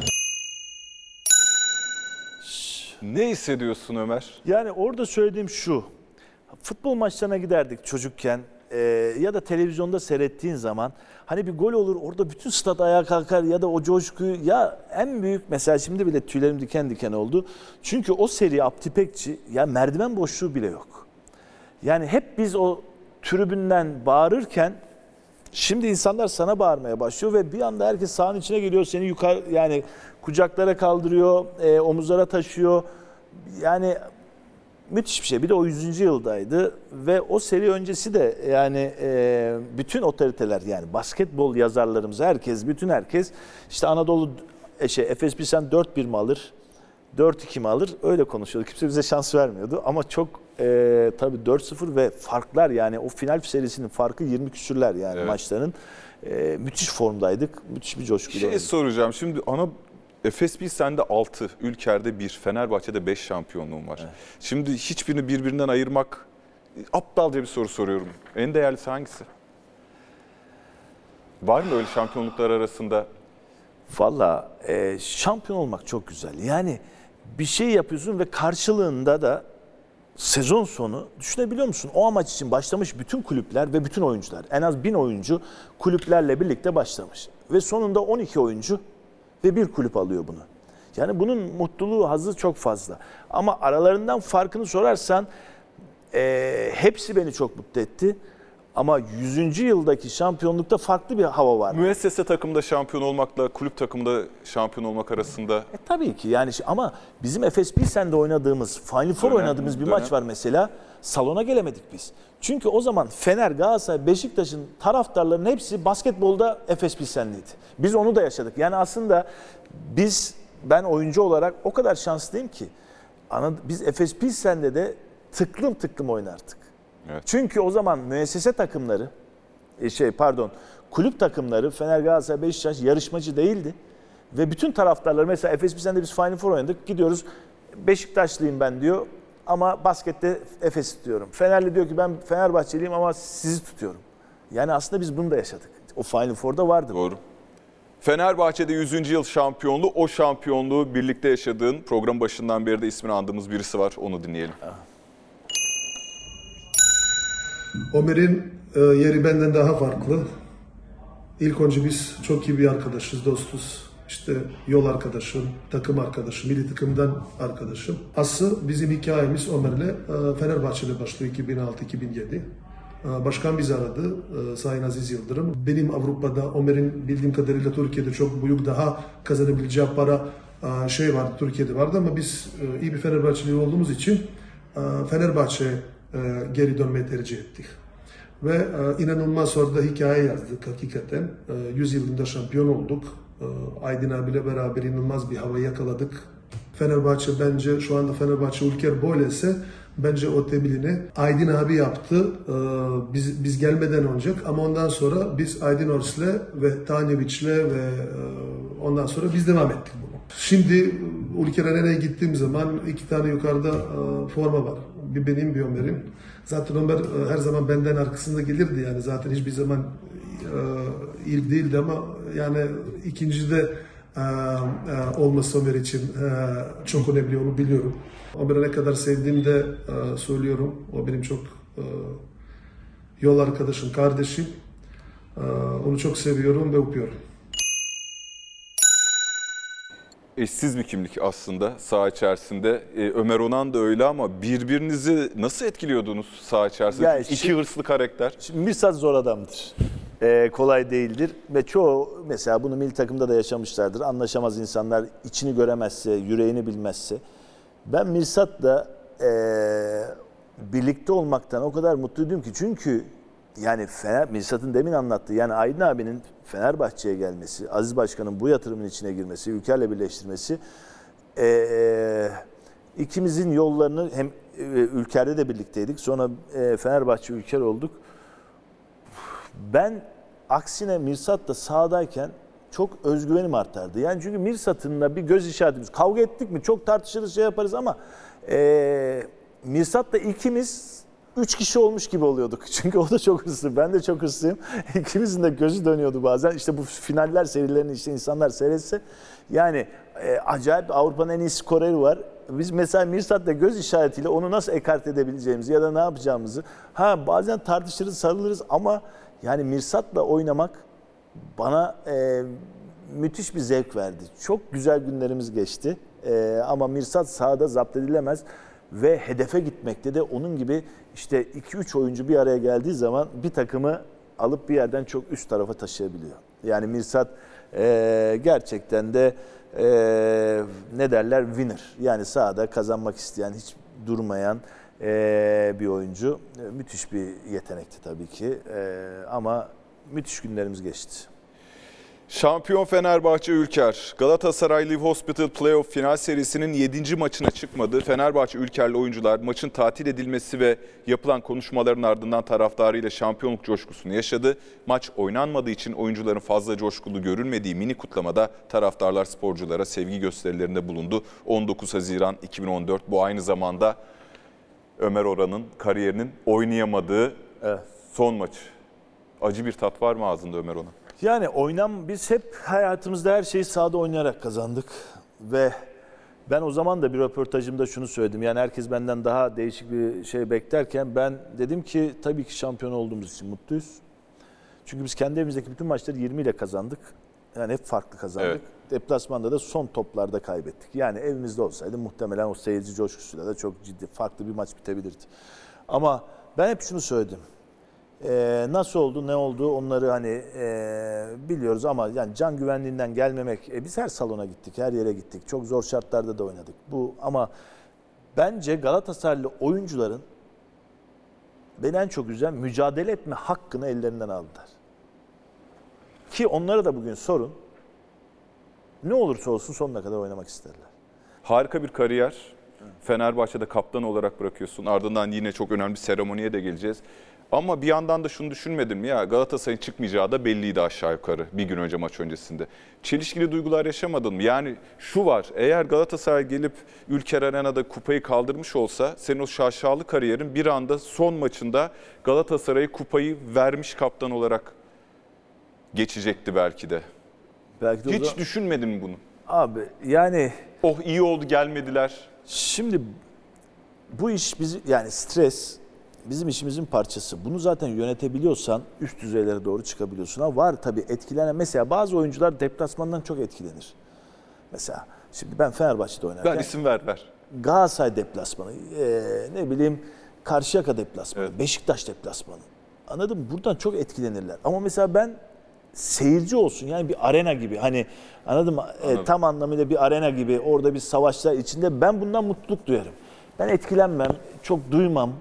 Ne hissediyorsun Ömer? Yani orada söylediğim şu. Futbol maçlarına giderdik çocukken e, ya da televizyonda seyrettiğin zaman hani bir gol olur orada bütün stat ayağa kalkar ya da o coşkuyu ya en büyük mesela şimdi bile tüylerim diken diken oldu. Çünkü o seri Abdi Pekçi ya merdiven boşluğu bile yok. Yani hep biz o tribünden bağırırken şimdi insanlar sana bağırmaya başlıyor ve bir anda herkes sahanın içine geliyor seni yukarı yani kucaklara kaldırıyor, e, omuzlara taşıyor. Yani müthiş bir şey. Bir de o yüzüncü yıldaydı ve o seri öncesi de yani e, bütün otoriteler yani basketbol yazarlarımız herkes, bütün herkes işte Anadolu e, şey Efes Pilsen dört bir mi alır, dört iki mi alır öyle konuşuyordu. Kimse bize şans vermiyordu ama çok e, tabii dört sıfır ve farklar yani o final serisinin farkı yirmi küsürler yani Evet. maçların. E, müthiş formdaydık. Müthiş bir Bir coşkuyla. şey oynadık. soracağım. Şimdi ana Efes Pilsen'de altı, Ülker'de bir, Fenerbahçe'de beş şampiyonluğum var. Evet. Şimdi hiçbirini birbirinden ayırmak aptalca bir soru soruyorum. En değerlisi hangisi? Var mı öyle şampiyonluklar arasında? Valla e, şampiyon olmak çok güzel. Yani bir şey yapıyorsun ve karşılığında da sezon sonu düşünebiliyor musun? O amaç için başlamış bütün kulüpler ve bütün oyuncular. En az bin oyuncu kulüplerle birlikte başlamış. Ve sonunda on iki oyuncu ve bir kulüp alıyor bunu. Yani bunun mutluluğu, hazzı çok fazla. Ama aralarından farkını sorarsan e, hepsi beni çok mutlu etti. Ama yüzüncü yıldaki şampiyonlukta farklı bir hava var. Müessese takımda şampiyon olmakla kulüp takımda şampiyon olmak arasında E, tabii ki yani şi- ama bizim Efes Pilsen'de oynadığımız, Final Four Dönem, oynadığımız bir dönem. maç var mesela. Salona gelemedik biz. Çünkü o zaman Fener, Galatasaray, Beşiktaş'ın taraftarlarının hepsi basketbolda Efes Pilsen'liydi. Biz onu da yaşadık. Yani aslında biz, ben oyuncu olarak o kadar şanslıyım ki ana, biz Efes Pilsen'de de tıklım tıklım oynardık. Evet. Çünkü o zaman müessese takımları, e, şey pardon, kulüp takımları Fener, Galatasaray, Beşiktaş yarışmacı değildi. Ve bütün taraftarlar mesela Efes Pilsen'de biz Final Four oynadık. Gidiyoruz Beşiktaşlıyım ben diyor ama baskette Efes tutuyorum. Fenerli diyor ki ben Fenerbahçeliyim ama sizi tutuyorum. Yani aslında biz bunu da yaşadık. O Final Four'da vardı. doğru. Fenerbahçe'de yüzüncü yıl şampiyonluğu, o şampiyonluğu birlikte yaşadığın program başından beri de ismini andığımız birisi var. Onu dinleyelim. Ömer'in e, yeri benden daha farklı. İlk önce biz çok iyi bir arkadaşız, dostuz. İşte yol arkadaşım, takım arkadaşım, milli takımdan arkadaşım. Aslı bizim hikayemiz Ömer'le e, Fenerbahçe'de başlıyor iki bin altı iki bin yedi. E, Başkan bizi aradı, e, Sayın Aziz Yıldırım. Benim Avrupa'da, Ömer'in bildiğim kadarıyla Türkiye'de çok büyük daha kazanabileceği para e, şey vardı, Türkiye'de vardı ama biz e, iyi bir Fenerbahçeli olduğumuz için e, Fenerbahçe'ye e, geri dönmeyi tercih ettik. Ve e, inanılmaz orada hikaye yazdık hakikaten. E, yüz yılında şampiyon olduk. E, Aydın abiyle beraber inanılmaz bir hava yakaladık. Fenerbahçe bence şu anda Fenerbahçe Ülker böyleyse bence o temelini Aydın abi yaptı. E, biz biz gelmeden önce ama ondan sonra biz Aydın Ors'le ve Tanevic'le ve e, ondan sonra biz devam ettik bunu. Şimdi Ülker'e nereye gittiğim zaman iki tane yukarıda e, forma var. Bir benim bir Ömer'in. Zaten Ömer e, her zaman benden arkasında gelirdi yani zaten hiçbir zaman e, ilk değildi ama yani ikinci de e, e, olması Ömer için e, çok önemli onu biliyorum. Ömer'e ne kadar sevdiğimi de e, söylüyorum. O benim çok e, yol arkadaşım, kardeşim. E, onu çok seviyorum ve öpüyorum. eşsiz bir kimlik aslında saha içerisinde. Ee, Ömer Onan da öyle ama birbirinizi nasıl etkiliyordunuz saha içerisinde? Ya İki şimdi- hırslı karakter. Şimdi Mirsad zor adamdır. Ee, kolay değildir ve çoğu mesela bunu milli takımda da yaşamışlardır. Anlaşamaz insanlar içini göremezse, yüreğini bilmezse. Ben Mirsat'la ee, birlikte olmaktan o kadar mutluydum ki çünkü yani Fener, Mirsat'ın demin anlattığı yani Aydın abinin Fenerbahçe'ye gelmesi, Aziz Başkan'ın bu yatırımın içine girmesi, Ülker'le birleştirmesi ee, ikimizin yollarını hem e, Ülker'de de birlikteydik. Sonra e, Fenerbahçe Ülker olduk. Ben aksine Mirsat'la sahadayken çok özgüvenim artardı. Yani çünkü Mirsat'ınla bir göz işaretimiz. Kavga ettik mi çok tartışırız şey yaparız ama e, Mirsat'la ikimiz üç kişi olmuş gibi oluyorduk. Çünkü o da çok hırslı, ben de çok hırslıyım. İkimizin de gözü dönüyordu bazen. İşte bu finaller serilerini işte insanlar seyretse. Yani e, acayip Avrupa'nın en iyi skoreri var. Biz mesela Mirsat'la göz işaretiyle onu nasıl ekart edebileceğimizi ya da ne yapacağımızı. Ha bazen tartışırız, sarılırız ama yani Mirsat'la oynamak bana e, müthiş bir zevk verdi. Çok güzel günlerimiz geçti. E, ama Mirsat sahada zapt edilemez ve hedefe gitmekte de onun gibi işte iki üç oyuncu bir araya geldiği zaman bir takımı alıp bir yerden çok üst tarafa taşıyabiliyor. Yani Mirsat e, gerçekten de e, ne derler winner. Yani sahada kazanmak isteyen, hiç durmayan e, bir oyuncu. E, müthiş bir yetenekti tabii ki e, ama müthiş günlerimiz geçti. Şampiyon Fenerbahçe Ülker, Galatasaray Live Hospital Playoff final serisinin yedinci maçına çıkmadı. Fenerbahçe Ülkerli oyuncular maçın tatil edilmesi ve yapılan konuşmaların ardından taraftarıyla şampiyonluk coşkusunu yaşadı. Maç oynanmadığı için oyuncuların fazla coşkulu görünmediği mini kutlamada taraftarlar sporculara sevgi gösterilerinde bulundu. on dokuz Haziran iki bin on dört bu aynı zamanda Ömer Oran'ın kariyerinin oynayamadığı Evet. son maçı. Acı bir tat var mı ağzında Ömer Oran? Yani oynam biz hep hayatımızda her şeyi sahada oynayarak kazandık ve ben o zaman da bir röportajımda şunu söyledim. Yani herkes benden daha değişik bir şey beklerken ben dedim ki tabii ki şampiyon olduğumuz için mutluyuz. Çünkü biz kendi evimizdeki bütün maçları yirmi ile kazandık. Yani hep farklı kazandık. Evet. Deplasmanda da son toplarda kaybettik. Yani evimizde olsaydı muhtemelen o seyirci coşkusuyla da çok ciddi farklı bir maç bitebilirdi. Ama ben hep şunu söyledim. Ee, nasıl oldu, ne oldu onları hani e, biliyoruz ama yani can güvenliğinden gelmemek. E, biz her salona gittik, her yere gittik. Çok zor şartlarda da oynadık. Bu ama bence Galatasaraylı oyuncuların beni en çok üzen mücadele etme hakkını ellerinden aldılar. Ki onlara da bugün sorun. Ne olursa olsun sonuna kadar oynamak isterler. Harika bir kariyer. Fenerbahçe'de kaptan olarak bırakıyorsun. Ardından yine çok önemli bir seremoniye de geleceğiz. Ama bir yandan da şunu düşünmedim mi ya, Galatasaray'ın çıkmayacağı da belliydi aşağı yukarı bir gün önce maç öncesinde. Çelişkili duygular yaşamadın mı? Yani şu var, eğer Galatasaray gelip Ülker Arena'da kupayı kaldırmış olsa senin o şaşalı kariyerin bir anda son maçında Galatasaray'a kupayı vermiş kaptan olarak geçecekti belki de. Belki de o Hiç zaman- düşünmedin mi bunu? Abi yani Oh iyi oldu gelmediler. şimdi bu iş bizi yani stres bizim işimizin parçası. Bunu zaten yönetebiliyorsan üst düzeylere doğru çıkabiliyorsun. Ha var tabii etkilenen. Mesela bazı oyuncular deplasmandan çok etkilenir. Mesela şimdi ben Fenerbahçe'de oynarken Ver isim ver ver. Galatasaray deplasmanı, e, ne bileyim Karşıyaka deplasmanı, Evet. Beşiktaş deplasmanı. Anladın mı? Buradan çok etkilenirler. Ama mesela ben seyirci olsun yani bir arena gibi hani anladın mı? E, tam anlamıyla bir arena gibi orada bir savaşlar içinde ben bundan mutluluk duyarım. Ben etkilenmem, çok duymam.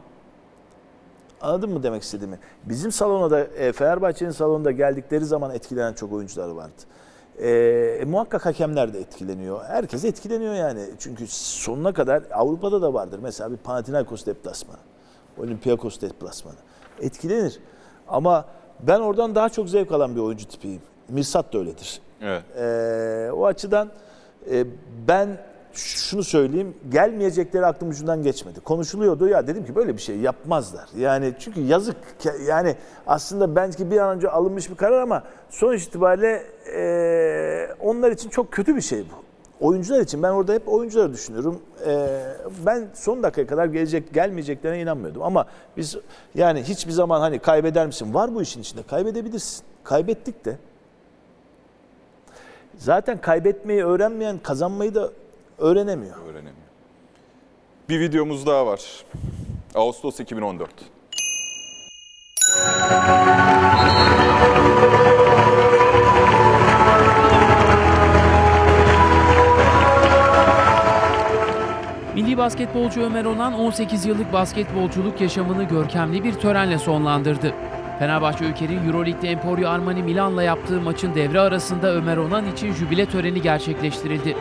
Anladın mı demek istediğimi? Bizim salona da e, Fenerbahçe'nin salonunda geldikleri zaman etkilenen çok oyuncular vardı. E, e, muhakkak hakemler de etkileniyor. Herkes etkileniyor yani. Çünkü sonuna kadar Avrupa'da da vardır. Mesela bir Panathinaikos deplasmanı, Olympiakos deplasmanı. Etkilenir. Ama ben oradan daha çok zevk alan bir oyuncu tipiyim. Mirsat da öyledir. Evet. E, o açıdan e, ben şunu söyleyeyim, gelmeyecekleri aklım ucundan geçmedi. Konuşuluyordu ya, dedim ki böyle bir şey yapmazlar. Yani çünkü yazık, yani aslında belki bir an önce alınmış bir karar ama sonuç itibariyle e, onlar için çok kötü bir şey bu. Oyuncular için, ben orada hep oyuncuları düşünüyorum. E, ben son dakikaya kadar gelecek gelmeyeceklerine inanmıyordum ama biz yani hiçbir zaman hani kaybeder misin? Var bu işin içinde, kaybedebilirsin. Kaybettik de. Zaten kaybetmeyi öğrenmeyen kazanmayı da öğrenemiyor. Öğrenemiyor. Bir videomuz daha var. Ağustos iki bin on dört. Milli basketbolcu Ömer Onan on sekiz yıllık basketbolculuk yaşamını görkemli bir törenle sonlandırdı. Fenerbahçe Ülker'in Euroleague'de Emporio Armani Milan'la yaptığı maçın devre arasında Ömer Onan için jübile töreni gerçekleştirildi.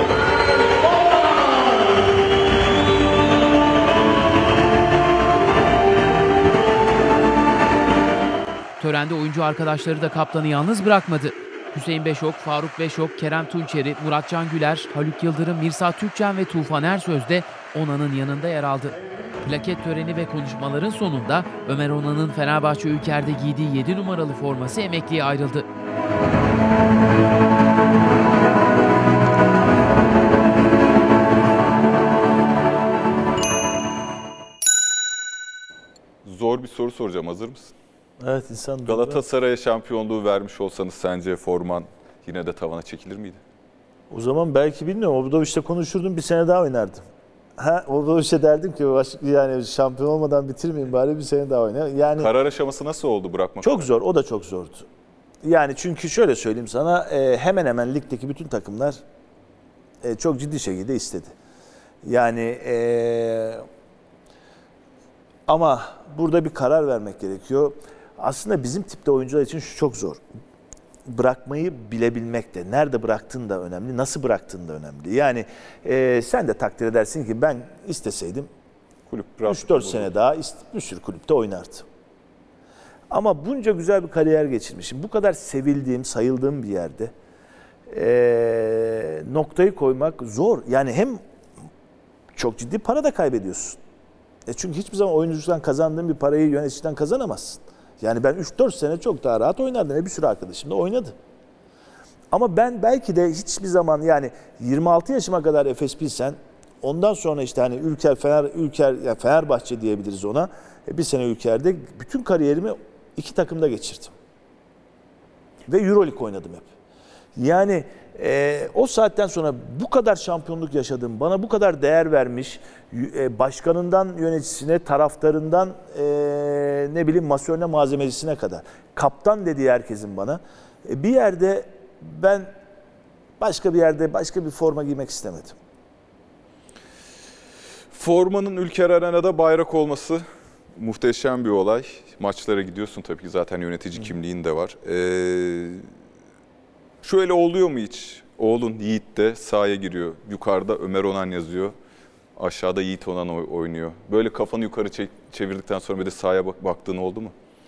Törende oyuncu arkadaşları da kaptanı yalnız bırakmadı. Hüseyin Beşok, Faruk Beşok, Kerem Tunçeri, Muratcan Güler, Haluk Yıldırım, Mirsad Türkçen ve Tufan Ersöz de Onan'ın yanında yer aldı. Plaket töreni ve konuşmaların sonunda Ömer Onan'ın Fenerbahçe Ülker'de giydiği yedi numaralı forması emekliye ayrıldı. Zor bir soru soracağım. Hazır mısın? Evet, insan Galatasaray'a şampiyonluğu vermiş olsanız sence forman yine de tavana çekilir miydi? O zaman belki bilmiyorum. Obradoviç'te konuşurdum, bir sene daha oynardım. Ha, Obradoviç'e derdim ki başka, yani şampiyon olmadan bitirmeyeyim bari bir sene daha oynayayım. Yani Karar aşaması nasıl oldu bırakmak? çok zor, o da çok zordu. Yani çünkü şöyle söyleyeyim sana, e, hemen hemen ligdeki bütün takımlar e, çok ciddi şekilde istedi. Yani e, ama burada bir karar vermek gerekiyor. Aslında bizim tipte oyuncular için şu çok zor. Bırakmayı bilebilmek de, nerede bıraktığın da önemli, nasıl bıraktığın da önemli. Yani e, sen de takdir edersin ki ben isteseydim Kulüp üç dört sene daha bir sürü kulüpte oynardım. Ama bunca güzel bir kariyer geçirmişim. Bu kadar sevildiğim, sayıldığım bir yerde e, noktayı koymak zor. Yani hem çok ciddi para da kaybediyorsun. E çünkü hiçbir zaman oyuncudan kazandığın bir parayı yöneticiden kazanamazsın. Yani ben üç dört sene çok daha rahat oynardım. E bir sürü arkadaşım da oynadı. Ama ben belki de hiçbir zaman, yani yirmi altı yaşıma kadar Efes Pilsen, ondan sonra işte hani Ülker, Fener, Ülker, yani Fenerbahçe diyebiliriz ona. E bir sene Ülker'de bütün kariyerimi iki takımda geçirdim. Ve Euroleague oynadım hep. Yani e, o saatten sonra bu kadar şampiyonluk yaşadım, bana bu kadar değer vermiş, e, başkanından yöneticisine, taraftarından e, ne bileyim masörüne, malzemecisine kadar. Kaptan dediği herkesin bana. E, bir yerde ben başka bir yerde başka bir forma giymek istemedim. Formanın Ülker Arena'da bayrak olması muhteşem bir olay. Maçlara gidiyorsun tabii ki, zaten yönetici kimliğin de var. Ee, şöyle oluyor mu hiç? Oğlun Yiğit de sahaya giriyor. Yukarıda Ömer Onan yazıyor. Aşağıda Yiğit Onan oynuyor. Böyle kafanı yukarı çevirdikten sonra bir de sahaya bak baktığın oldu mu?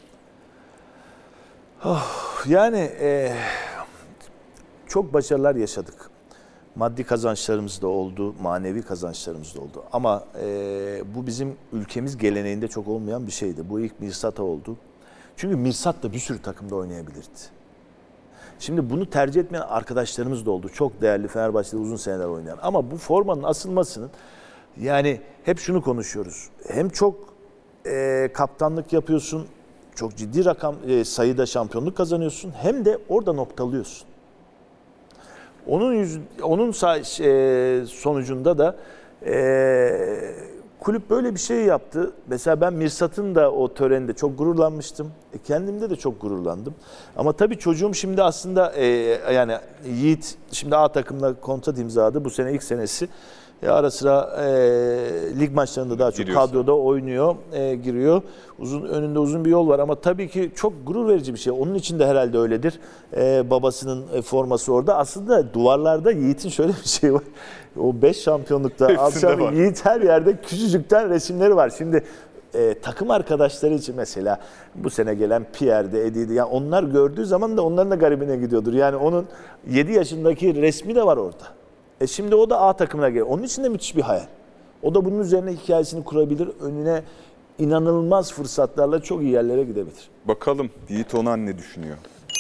Oh, yani e, çok başarılar yaşadık. Maddi kazançlarımız da oldu, manevi kazançlarımız da oldu. Ama e, bu bizim ülkemiz geleneğinde çok olmayan bir şeydi. Bu ilk Mirsat'a oldu. Çünkü Mirsat da bir sürü takımda oynayabilirdi. Şimdi bunu tercih etmeyen arkadaşlarımız da oldu. Çok değerli, Fenerbahçe'de uzun seneler oynayan. Ama bu formanın asılmasının, yani hep şunu konuşuyoruz. Hem çok e, kaptanlık yapıyorsun, çok ciddi rakam e, sayıda şampiyonluk kazanıyorsun, hem de orada noktalıyorsun. Onun yüz, onun e, sonucunda da e, kulüp böyle bir şey yaptı. Mesela ben Mirsat'ın da o törende çok gururlanmıştım. E, kendimde de çok gururlandım. Ama tabii çocuğum şimdi aslında e, yani Yiğit şimdi A takımla kontrat imzaladı. Bu sene ilk senesi. E, ara sıra e, lig maçlarında daha çok Giriyorsun. Kadroda oynuyor, e, giriyor. Uzun önünde uzun bir yol var ama tabii ki çok gurur verici bir şey. Onun için de herhalde öyledir. E, babasının e, forması orada. Aslında duvarlarda Yiğit'in şöyle bir şey var. O beş şampiyonlukta akşam Yiğit her yerde küçücükten resimleri var. Şimdi e, takım arkadaşları için mesela bu sene gelen Pierre'de, Eddie'de, yani onlar gördüğü zaman da onların da garibine gidiyordur. Yani onun yedi yaşındaki resmi de var orada. E şimdi o da A takımına geliyor. Onun için de müthiş bir hayal. O da bunun üzerine hikayesini kurabilir. Önüne inanılmaz fırsatlarla çok iyi yerlere gidebilir. Bakalım Yiğit Onan ne düşünüyor?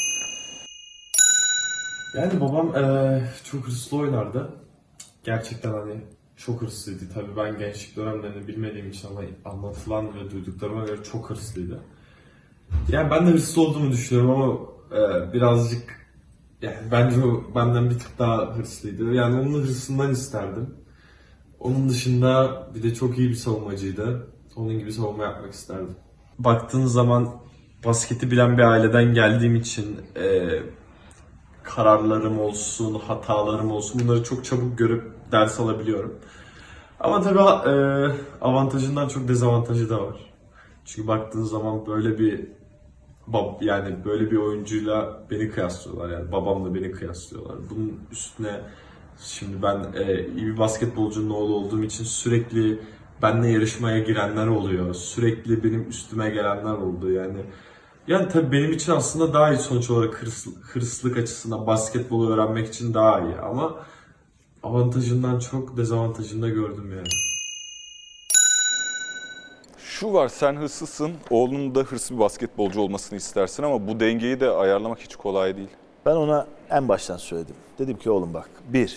Yani babam e, çok hırslı oynardı. Gerçekten hani çok hırslıydı. Tabii ben gençlik dönemlerini bilmediğim için ama anlatılan ve duyduklarıma göre çok hırslıydı. Yani ben de hırslı olduğumu düşünüyorum ama e, birazcık Yani bence o benden bir tık daha hırslıydı. Yani onun hırsından isterdim. Onun dışında bir de çok iyi bir savunmacıydı. Onun gibi savunma yapmak isterdim. Baktığın zaman basketi bilen bir aileden geldiğim için e, kararlarım olsun, hatalarım olsun bunları çok çabuk görüp ders alabiliyorum. Ama tabii e, avantajından çok dezavantajı da var. Çünkü baktığın zaman böyle bir bab yani böyle bir oyuncuyla beni kıyaslıyorlar, yani babamla beni kıyaslıyorlar. Bunun üstüne şimdi ben e, iyi bir basketbolcunun oğlu olduğum için sürekli benimle yarışmaya girenler oluyor. Sürekli benim üstüme gelenler oldu yani. Yani tabii benim için aslında daha iyi, sonuç olarak hırs, hırslık açısından basketbolu öğrenmek için daha iyi ama avantajından çok dezavantajını da gördüm yani. Şu var, sen hırslısın, oğlunun da hırslı bir basketbolcu olmasını istersin ama bu dengeyi de ayarlamak hiç kolay değil. Ben ona en baştan söyledim. Dedim ki oğlum bak, bir,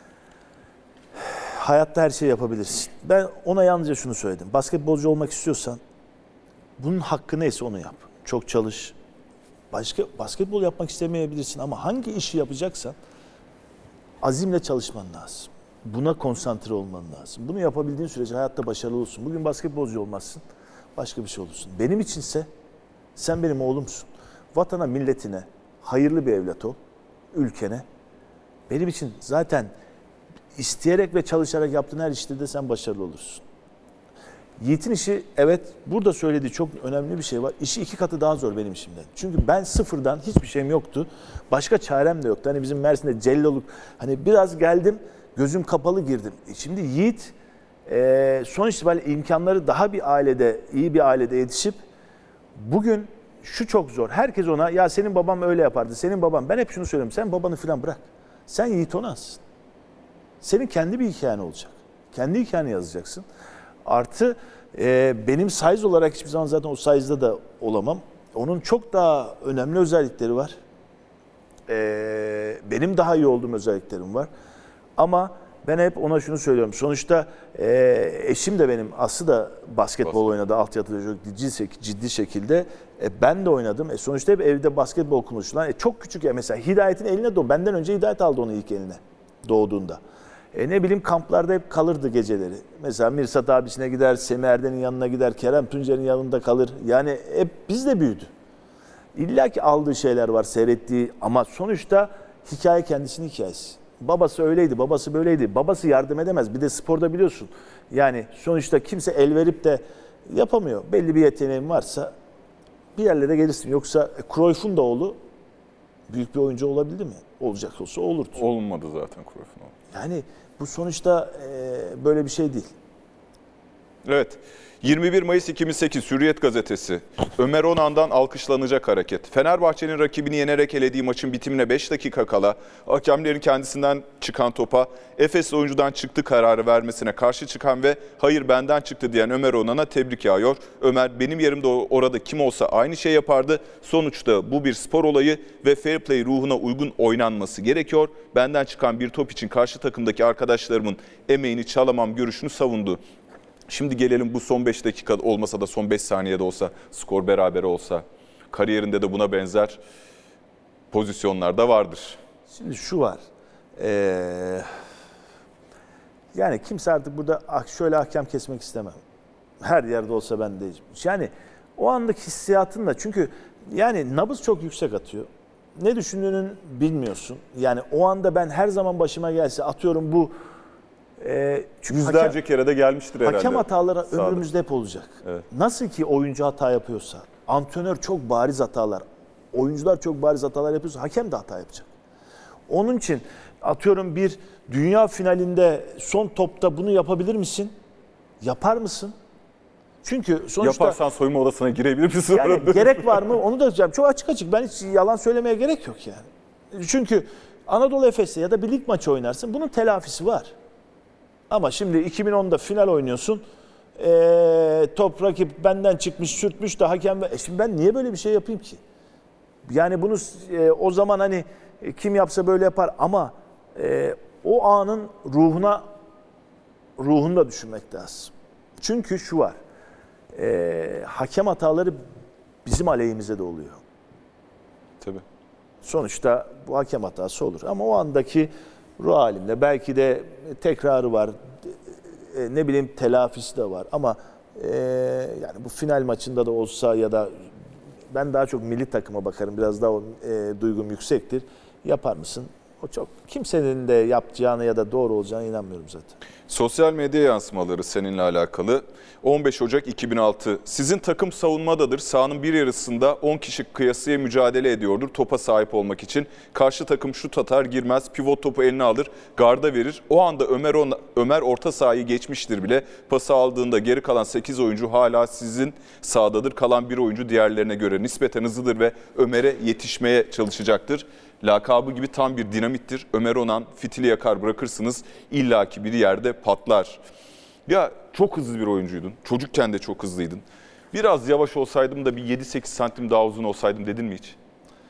hayatta her şeyi yapabilirsin. Ben ona yalnızca şunu söyledim. Basketbolcu olmak istiyorsan bunun hakkı neyse onu yap. Çok çalış. Başka basketbol yapmak istemeyebilirsin ama hangi işi yapacaksan azimle çalışman lazım. Buna konsantre olman lazım. Bunu yapabildiğin sürece hayatta başarılı olursun. Bugün basketbolcu olmazsın, başka bir şey olursun. Benim içinse sen benim oğlumsun. Vatana, milletine hayırlı bir evlat ol, ülkene. Benim için zaten isteyerek ve çalışarak yaptığın her işte de sen başarılı olursun. Yiğit'in işi, evet, burada söylediği çok önemli bir şey var. İşi iki katı daha zor benim işimden. Çünkü ben sıfırdan hiçbir şeyim yoktu. Başka çarem de yoktu. Hani bizim Mersin'de celloluk, hani biraz geldim, gözüm kapalı girdim. E şimdi Yiğit e, son itibariyle imkanları daha bir ailede, iyi bir ailede yetişip bugün şu çok zor. Herkes ona ya senin babam öyle yapardı, senin baban. Ben hep şunu söylüyorum, sen babanı falan bırak. Sen Yiğit Onansın. Senin kendi bir hikayen olacak. Kendi hikayeni yazacaksın. Artı e, benim size olarak hiçbir zaman zaten o size'da da olamam. Onun çok daha önemli özellikleri var. E, benim daha iyi olduğum özelliklerim var. Ama ben hep ona şunu söylüyorum. Sonuçta e, eşim de benim Aslı da basketbol Basket. oynadı. Altyapıda çok ciddi, ciddi şekilde. E, ben de oynadım. E, sonuçta hep evde basketbol konuşulan. E, çok küçük ya mesela Hidayet'in eline doğdu. Benden önce Hidayet aldı onu ilk eline doğduğunda. E ne bileyim kamplarda hep kalırdı geceleri. Mesela Mirsat abisine gider, Semih Erden'in yanına gider, Kerem Tuncer'in yanında kalır. Yani hep bizle büyüdü. İlla ki aldığı şeyler var, seyrettiği ama sonuçta hikaye kendisinin hikayesi. Babası öyleydi, babası böyleydi. Babası yardım edemez. Bir de sporda biliyorsun. Yani sonuçta kimse el verip de yapamıyor. Belli bir yeteneğin varsa bir yerlere gelirsin. Yoksa Cruyff'un da oğlu büyük bir oyuncu olabildi mi? Olacak olsa olurdu. Olmadı zaten Cruyff'un oğlu. Yani bu sonuçta e, böyle bir şey değil. Evet. yirmi bir Mayıs iki bin sekiz Hürriyet Gazetesi. Ömer Onan'dan alkışlanacak hareket. Fenerbahçe'nin rakibini yenerek elediği maçın bitimine beş dakika kala hakemlerin kendisinden çıkan topa Efes oyuncudan çıktı kararı vermesine karşı çıkan ve hayır benden çıktı diyen Ömer Onan'a tebrik yağıyor. Ömer benim yerimde orada kim olsa aynı şey yapardı. Sonuçta bu bir spor olayı ve fair play ruhuna uygun oynanması gerekiyor. Benden çıkan bir top için karşı takımdaki arkadaşlarımın emeğini çalamam görüşünü savundu. Şimdi gelelim bu son beş dakika olmasa da son beş saniyede olsa, skor beraber olsa, kariyerinde de buna benzer pozisyonlarda vardır. Şimdi şu var, ee, yani kimse artık burada şöyle hakem kesmek istemem. Her yerde olsa ben de. Yani o andaki hissiyatın da, çünkü yani nabız çok yüksek atıyor. Ne düşündüğünün bilmiyorsun. Yani o anda ben her zaman başıma gelse atıyorum bu, Ee, Yüzlerce hakem, kere de gelmiştir herhalde. Hakem hataları Sağda. ömrümüzde hep olacak. Evet. Nasıl ki oyuncu hata yapıyorsa, antrenör çok bariz hatalar, oyuncular çok bariz hatalar yapıyorsa hakem de hata yapacak. Onun için atıyorum bir dünya finalinde son topta bunu yapabilir misin? Yapar mısın? Çünkü sonuçta... Yaparsan soyunma odasına girebilir misin? Yani gerek var mı? Onu da diyeceğim. Çok açık açık. Ben hiç yalan söylemeye gerek yok yani. Çünkü Anadolu Efes'te ya da bir lig maçı oynarsın. Bunun telafisi var. Ama şimdi iki bin onda final oynuyorsun, ee, top rakip benden çıkmış, sürtmüş de hakem... E şimdi ben niye böyle bir şey yapayım ki? Yani bunu e, o zaman hani e, kim yapsa böyle yapar ama e, o anın ruhuna, ruhunu da düşünmek lazım. Çünkü şu var, e, hakem hataları bizim aleyhimize de oluyor. Tabii. Sonuçta bu hakem hatası olur. Ama o andaki ruh halimle belki de tekrarı var, e, ne bileyim telafisi de var. Ama e, yani bu final maçında da olsa ya da ben daha çok milli takıma bakarım. Biraz daha o, e, duygum yüksektir. Yapar mısın? O çok kimsenin de yapacağına ya da doğru olacağına inanmıyorum zaten. Sosyal medya yansımaları seninle alakalı. on beş Ocak iki bin altı. Sizin takım savunmadadır. Sahanın bir yarısında on kişi kıyasıya mücadele ediyordur topa sahip olmak için. Karşı takım şut atar girmez. Pivot topu eline alır. Garda verir. O anda Ömer, Ömer orta sahayı geçmiştir bile. Pası aldığında geri kalan sekiz oyuncu hala sizin sahadadır. Kalan bir oyuncu diğerlerine göre nispeten hızlıdır ve Ömer'e yetişmeye çalışacaktır. Lakabı gibi tam bir dinamittir. Ömer Onan fitili yakar bırakırsınız. İllaki bir yerde patlar. Ya çok hızlı bir oyuncuydun. Çocukken de çok hızlıydın. Biraz yavaş olsaydım da bir yedi sekiz santim daha uzun olsaydım dedin mi hiç?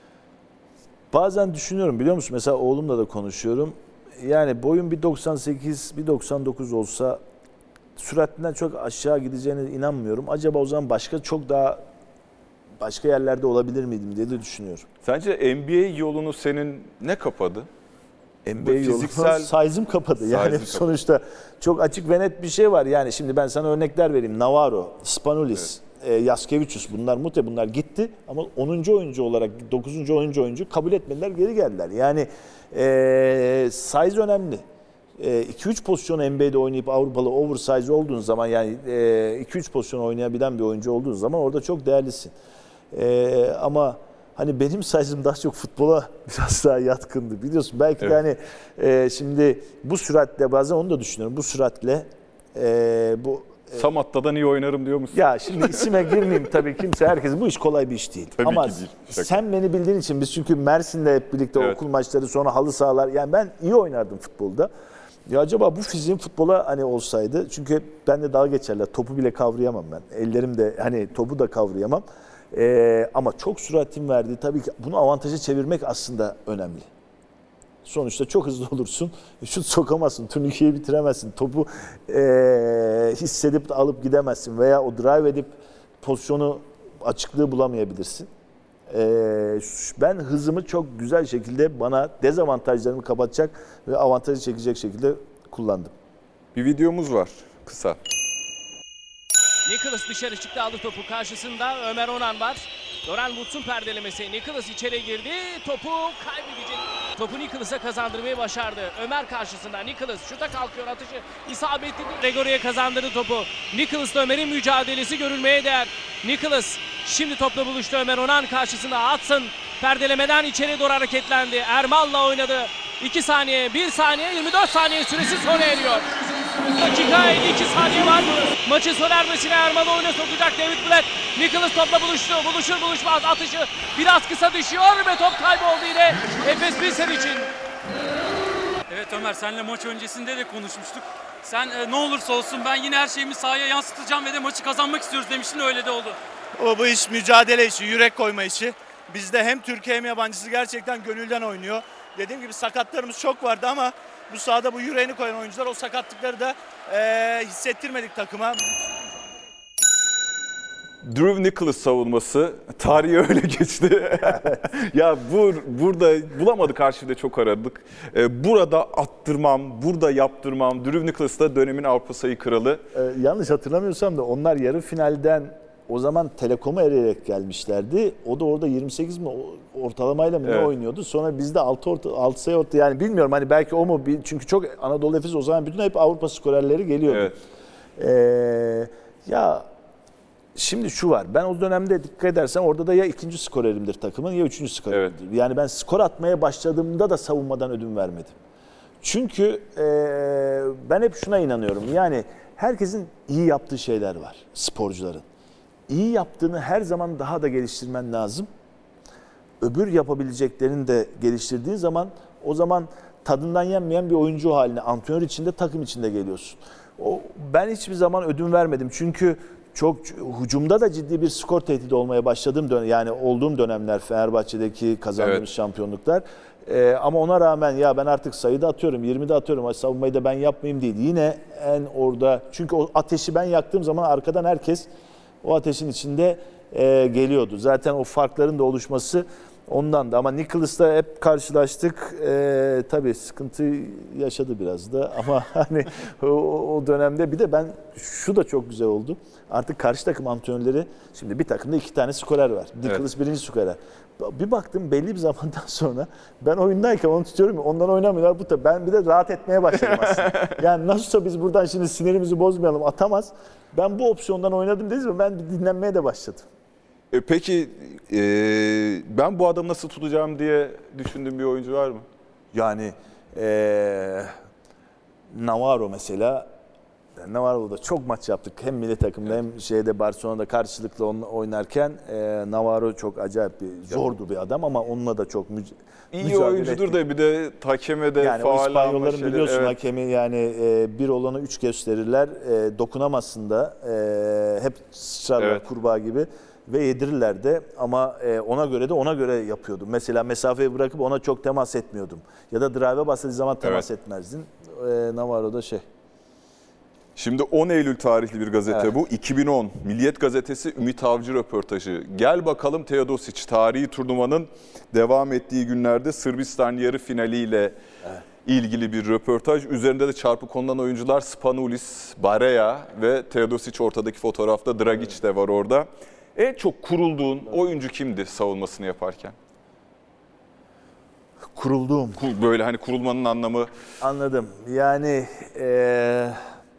Bazen düşünüyorum biliyor musun? Mesela oğlumla da konuşuyorum. Yani boyun bir doksan sekiz, bir doksan dokuz olsa süratinden çok aşağı gideceğine inanmıyorum. Acaba o zaman başka çok daha başka yerlerde olabilir miydim diye de düşünüyorum. Sence N B A yolunu senin ne kapadı? N B A yolunu fiziksel size'ım kapadı. Yani size'ım sonuçta çok açık ve net bir şey var. Yani şimdi ben sana örnekler vereyim. Navarro, Spanulis, evet. e, Jaskevicius bunlar mute bunlar gitti ama onuncu oyuncu olarak dokuzuncu oyuncu oyuncu kabul etmediler, geri geldiler. Yani e, size önemli. iki üç pozisyon N B A'de oynayıp Avrupalı oversize olduğun zaman yani iki üç pozisyon oynayabilen bir oyuncu olduğun zaman orada çok değerlisin. E, ama hani benim size'ım daha çok futbola biraz daha yatkındı biliyorsun. Belki evet. de hani e, şimdi bu süratle bazen onu da düşünüyorum. Bu süratle e, bu e, Samatta'dan iyi oynarım diyor musun? Ya şimdi isime girmeyeyim tabii kimse herkes bu iş kolay bir iş değil. Tabii ama ki değil. Şaka. Sen beni bildiğin için biz çünkü Mersin'de hep birlikte evet. okul maçları sonra halı sahalar yani ben iyi oynardım futbolda. Ya acaba bu fiziğim futbola hani olsaydı çünkü ben de dalga geçerler topu bile kavrayamam ben. Ellerim de hani topu da kavrayamam. Ee, ama çok süratim verdi. Tabii ki bunu avantaja çevirmek aslında önemli. Sonuçta çok hızlı olursun. Şut sokamazsın. Turnikeyi bitiremezsin. Topu e, hissedip de alıp gidemezsin. Veya o drive edip pozisyonu açıklığı bulamayabilirsin. E, ben hızımı çok güzel şekilde bana dezavantajlarımı kapatacak ve avantajı çekecek şekilde kullandım. Bir videomuz var kısa. Nicholas dışarı çıktı, aldı topu. Karşısında Ömer Onan var. Doran Woods'un perdelemesi. Nicholas içeri girdi. Topu kaybedecek. Topu Nicholas'a kazandırmayı başardı. Ömer karşısında. Nicholas şuta kalkıyor. Atışı isabetli. Gregory'e kazandırdı topu. Nicholas'la Ömer'in mücadelesi görülmeye değer. Nicholas şimdi topla buluştu. Ömer Onan karşısında. Atsın perdelemeden içeri doğru hareketlendi. Ermal'la oynadı. iki saniye, bir saniye, yirmi dört saniye süresi sona eriyor. Dakika elli iki saniye var. Maçın sona ermesine Ermal'ı oyuna sokacak David Blatt. Nicholas topla buluştu. Buluşur buluşmaz atışı biraz kısa düşüyor ve top kayboldu yine Efes Pilsen için. Evet Ömer, seninle maç öncesinde de konuşmuştuk. Sen e, ne olursa olsun ben yine her şeyimi sahaya yansıtacağım ve de maçı kazanmak istiyoruz demiştin, öyle de oldu. O bu iş mücadele işi, yürek koyma işi. Bizde hem Türkiye hem yabancısı gerçekten gönülden oynuyor. Dediğim gibi sakatlarımız çok vardı ama bu sahada bu yüreğini koyan oyuncular o sakatlıkları da e, hissettirmedik takıma. Drew Nicholas savunması tarihi öyle geçti. ya bu burada bulamadık, arşivde çok aradık. Ee, burada attırmam, burada yaptırmam. Drew Nicholas da dönemin Avrupa sayı kralı. Ee, yanlış hatırlamıyorsam da onlar yarı finalden o zaman Telekom'a eriyerek gelmişlerdi. O da orada yirmi sekiz mi ortalamayla mı evet. ne oynuyordu? Sonra bizde altı orta, altı sayı orta yani bilmiyorum hani belki o mu? Çünkü çok Anadolu Efes o zaman bütün hep Avrupa skorerleri geliyordu. Evet. Ee, ya şimdi şu var. Ben o dönemde dikkat edersen orada da ya ikinci skorerimdir takımın ya üçüncü skorerimdir. Evet. Yani ben skor atmaya başladığımda da savunmadan ödün vermedim. Çünkü e, ben hep şuna inanıyorum. Yani herkesin iyi yaptığı şeyler var sporcuların. İyi yaptığını her zaman daha da geliştirmen lazım. Öbür yapabileceklerini de geliştirdiğin zaman o zaman tadından yenmeyen bir oyuncu haline, antrenör içinde, takım içinde geliyorsun. O, ben hiçbir zaman ödün vermedim. Çünkü çok hücumda da ciddi bir skor tehdidi olmaya başladığım dönem, yani olduğum dönemler Fenerbahçe'deki kazandığımız evet. şampiyonluklar. Ee, ama ona rağmen ya ben artık sayıda atıyorum, yirmide atıyorum, savunmayı da ben yapmayayım değil. Yine en orada, çünkü o ateşi ben yaktığım zaman arkadan herkes o ateşin içinde e, geliyordu. Zaten o farkların da oluşması Ondan da ama Nicholas'la hep karşılaştık. Ee, tabii sıkıntı yaşadı biraz da ama hani o, o dönemde bir de ben şu da çok güzel oldu. Artık karşı takım antrenörleri şimdi bir takımda iki tane skorer var. Nicholas evet. birinci skorer. Bir baktım belli bir zamandan sonra ben oyundayken onu tutuyorum ya ondan oynamıyorlar. Bu da ben bir de rahat etmeye başladım aslında. Yani nasılsa biz buradan şimdi sinirimizi bozmayalım atamaz. Ben bu opsiyondan oynadım dediniz mi ben bir dinlenmeye de başladım. E peki e, ben bu adamı nasıl tutacağım diye düşündüğün bir oyuncu var mı? Yani e, Navarro mesela. Navarro'da çok maç yaptık. Hem milli takımda evet. hem şeyde Barcelona'da karşılıklı oynarken e, Navarro çok acayip bir zordu bir adam ama onunla da çok müc- İyi oyuncudur ettik. Da bir de hakeme de yani faal o İspanyolların şeyler, biliyorsun evet. hakemi yani e, bir olanı üç gösterirler. E, dokunamazsın da e, hep sıçrarlar evet. kurbağa gibi ve yedirirler de ama e, ona göre de ona göre yapıyordum. Mesela mesafeyi bırakıp ona çok temas etmiyordum. Ya da drive'e bastığı zaman temas evet. etmezdin. E, Navarro'da şey. Şimdi on Eylül tarihli bir gazete evet. bu. iki bin on Milliyet Gazetesi Ümit Avcı röportajı. Gel bakalım Teodosic tarihi turnuvanın devam ettiği günlerde Sırbistan yarı finaliyle evet. ilgili bir röportaj. Üzerinde de çarpı konulan oyuncular Spanulis, Barea ve Teodosic ortadaki fotoğrafta. Dragic evet. de var orada. En çok kurulduğun oyuncu kimdi savunmasını yaparken? Kurulduğum. Böyle hani kurulmanın anlamı. Anladım. Yani ee...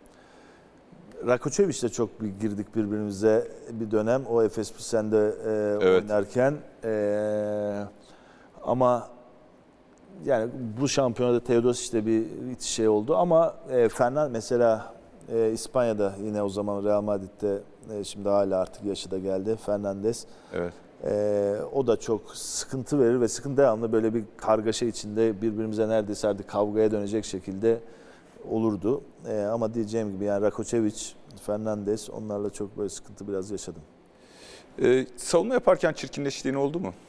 Rakočević'le çok bir girdik birbirimize bir dönem. O Efes Pilsen'de e, evet. oynarken. E, ama yani bu şampiyonada Teodosic'le bir şey oldu. Ama e, Fernand mesela e, İspanya'da yine o zaman Real Madrid'de e, şimdi hala artık yaşı da geldi. Fernandes. Evet. E, o da çok sıkıntı verir ve sıkıntı devamlı böyle bir kargaşa içinde birbirimize neredeyse artık kavgaya dönecek şekilde olurdu. Ee, ama diyeceğim gibi yani Rakočević, Fernandes onlarla çok böyle sıkıntı biraz yaşadım. Ee, savunma yaparken çirkinleştiğin oldu mu?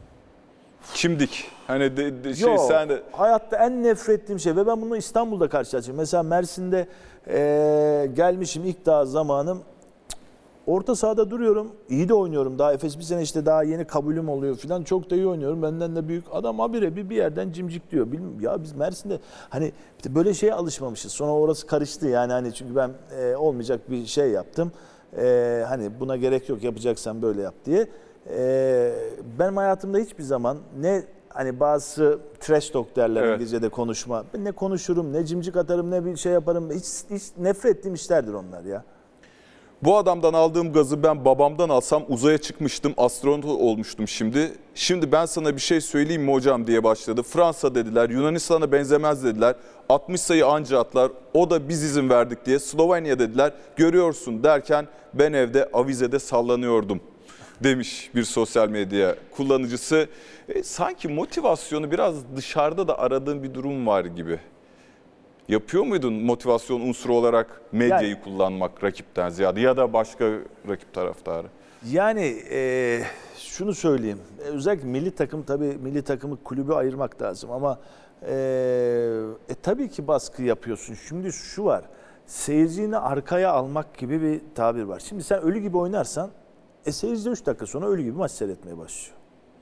Kimdik? Hani de, de şey Yok, sen de hayatta en nefret ettiğim şey ve ben bunu İstanbul'da karşılaştım. Mesela Mersin'de e, gelmişim ilk daha zamanım. Orta sahada duruyorum. İyi de oynuyorum. Daha Efes bir sene işte daha yeni kabulüm oluyor falan. Çok da iyi oynuyorum. Benden de büyük adam habire bir bir yerden cimcik diyor. Bilmiyorum. Ya biz Mersin'de hani böyle şeye alışmamışız. Sonra orası karıştı yani hani çünkü ben e, olmayacak bir şey yaptım. E, hani buna gerek yok yapacaksan böyle yap diye. E, benim hayatımda hiçbir zaman ne hani bazı trash talk derler evet. İngilizce'de konuşma. Ben ne konuşurum, ne cimcik atarım, ne bir şey yaparım. Hiç, hiç nefret ettiğim işlerdir onlar ya. Bu adamdan aldığım gazı ben babamdan alsam uzaya çıkmıştım, astronot olmuştum şimdi. Şimdi ben sana bir şey söyleyeyim mi hocam diye başladı. Fransa dediler, Yunanistan'a benzemez dediler. altmış sayı anca atlar, o da biz izin verdik diye. Slovenya dediler, görüyorsun derken ben evde avizede sallanıyordum demiş bir sosyal medya kullanıcısı. E, sanki motivasyonu biraz dışarıda da aradığın bir durum var gibi. Yapıyor muydun motivasyon unsuru olarak medyayı yani, kullanmak rakipten ziyade ya da başka rakip taraftarı? Yani e, şunu söyleyeyim. Özellikle milli takım tabii milli takımı kulübü ayırmak lazım ama e, e, tabii ki baskı yapıyorsun. Şimdi şu var. Seyircini arkaya almak gibi bir tabir var. Şimdi sen ölü gibi oynarsan e, seyirci de üç dakika sonra ölü gibi maç seyretmeye başlıyor.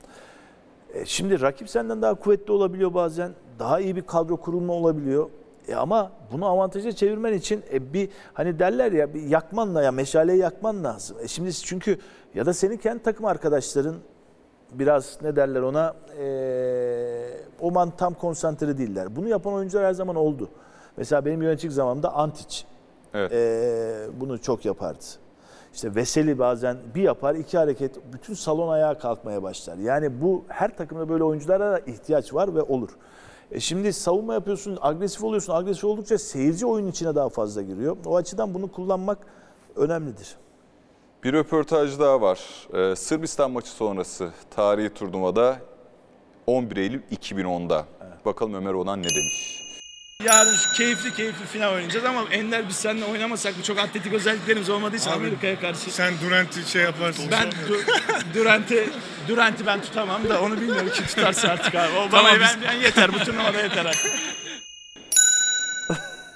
E, şimdi rakip senden daha kuvvetli olabiliyor bazen. Daha iyi bir kadro kurulma olabiliyor. E ama bunu avantaja çevirmen için e bir hani derler ya bir yakmanla ya meşaleyi yakman lazım. E şimdi çünkü ya da senin kendi takım arkadaşların biraz ne derler ona e, o man tam konsantre değiller. Bunu yapan oyuncular her zaman oldu. Mesela benim yöneticilik zamanımda Antic evet. e, bunu çok yapardı. İşte Veseli bazen bir yapar iki hareket bütün salon ayağa kalkmaya başlar. Yani bu her takımda böyle oyunculara da ihtiyaç var ve olur. E şimdi savunma yapıyorsun, agresif oluyorsun. Agresif oldukça seyirci oyun içine daha fazla giriyor. O açıdan bunu kullanmak önemlidir. Bir röportaj daha var. Ee, Sırbistan maçı sonrası tarihi turnuvada on bir Eylül iki bin onda. Evet. Bakalım Ömer Onan ne demiş? Yarın şu keyifli keyifli final oynayacağız ama Ender biz seninle oynamasak mı? Çok atletik özelliklerimiz olmadığı için abi, Amerika'ya karşı. Sen Durant'i şey yaparsın. Ben Durant'i Durant'i ben tutamam da onu bilmiyorum kim tutarsa artık abi. O tamam, bana biz... ben, ben yeter bu turnuvada yeter artık.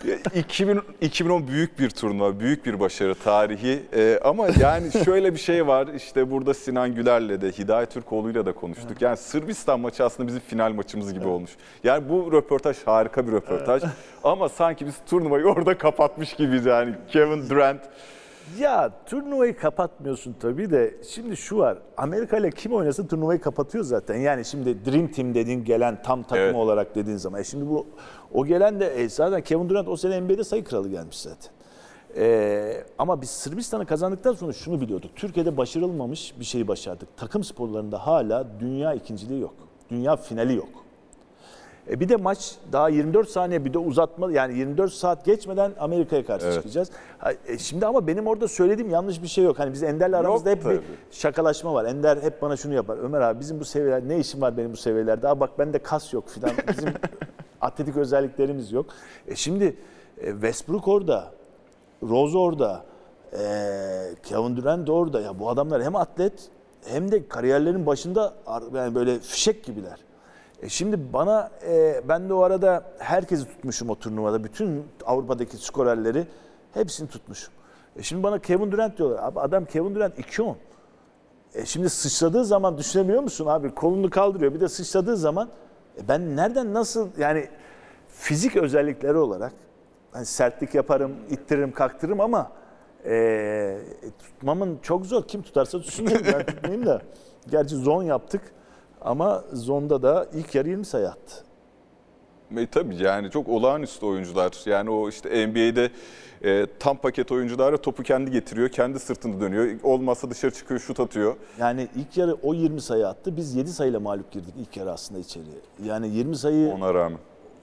iki bin, iki bin on büyük bir turnuva, büyük bir başarı tarihi. Ee, ama yani şöyle bir şey var. İşte burada Sinan Güler'le de Hidayet Türkoğlu'yla da konuştuk. Yani Sırbistan maçı aslında bizim final maçımız gibi olmuş. Yani bu röportaj harika bir röportaj. Ama sanki biz turnuvayı orada kapatmış gibiyiz yani. Kevin Durant. Ya turnuvayı kapatmıyorsun tabii de şimdi şu var. Amerika ile kim oynasın turnuvayı kapatıyor zaten. Yani şimdi Dream Team dediğin gelen tam takım Evet. olarak dediğin zaman. E şimdi bu o gelen de e, zaten Kevin Durant o sene N B A'de sayı kralı gelmiş zaten. E, ama biz Sırbistan'ı kazandıktan sonra şunu biliyorduk. Türkiye'de başarılmamış bir şeyi başardık. Takım sporlarında hala dünya ikinciliği yok. Dünya finali yok. E bir de maç daha yirmi dört saniye bir de uzatma yani yirmi dört saat geçmeden Amerika'ya karşı Evet. çıkacağız. Ha, e şimdi ama benim orada söylediğim yanlış bir şey yok. Hani biz Ender'le aramızda hep tabii. bir şakalaşma var. Ender hep bana şunu yapar. Ömer abi bizim bu seviyeler ne işim var benim bu seviyelerde? Aa bak bende kas yok filan. Bizim atletik özelliklerimiz yok. E şimdi e, Westbrook orada, Rose orada, e, Kevin Durant orada. Ya bu adamlar hem atlet hem de kariyerlerin başında yani böyle fişek gibiler. E şimdi bana, e, ben de o arada herkesi tutmuşum o turnuvada. Bütün Avrupa'daki skorerleri hepsini tutmuşum. E şimdi bana Kevin Durant diyorlar. Abi adam Kevin Durant iki on. E şimdi sıçradığı zaman düşünebiliyor musun abi? Kolunu kaldırıyor. Bir de sıçradığı zaman e ben nereden nasıl yani fizik özellikleri olarak hani sertlik yaparım, ittiririm, kaktırırım ama e, tutmamın çok zor. Kim tutarsa tutsun. Ben tutmayayım da. Gerçi zone yaptık. Ama zonda da ilk yarı yirmi sayı attı. E, tabii yani çok olağanüstü oyuncular. Yani o işte N B A'de e, tam paket oyunculara topu kendi getiriyor, kendi sırtında dönüyor. Olmazsa dışarı çıkıyor, şut atıyor. Yani ilk yarı o yirmi sayı attı. Biz yedi sayıyla mağlup girdik ilk yarı aslında içeriye. Yani yirmi sayı... Ona rağmen.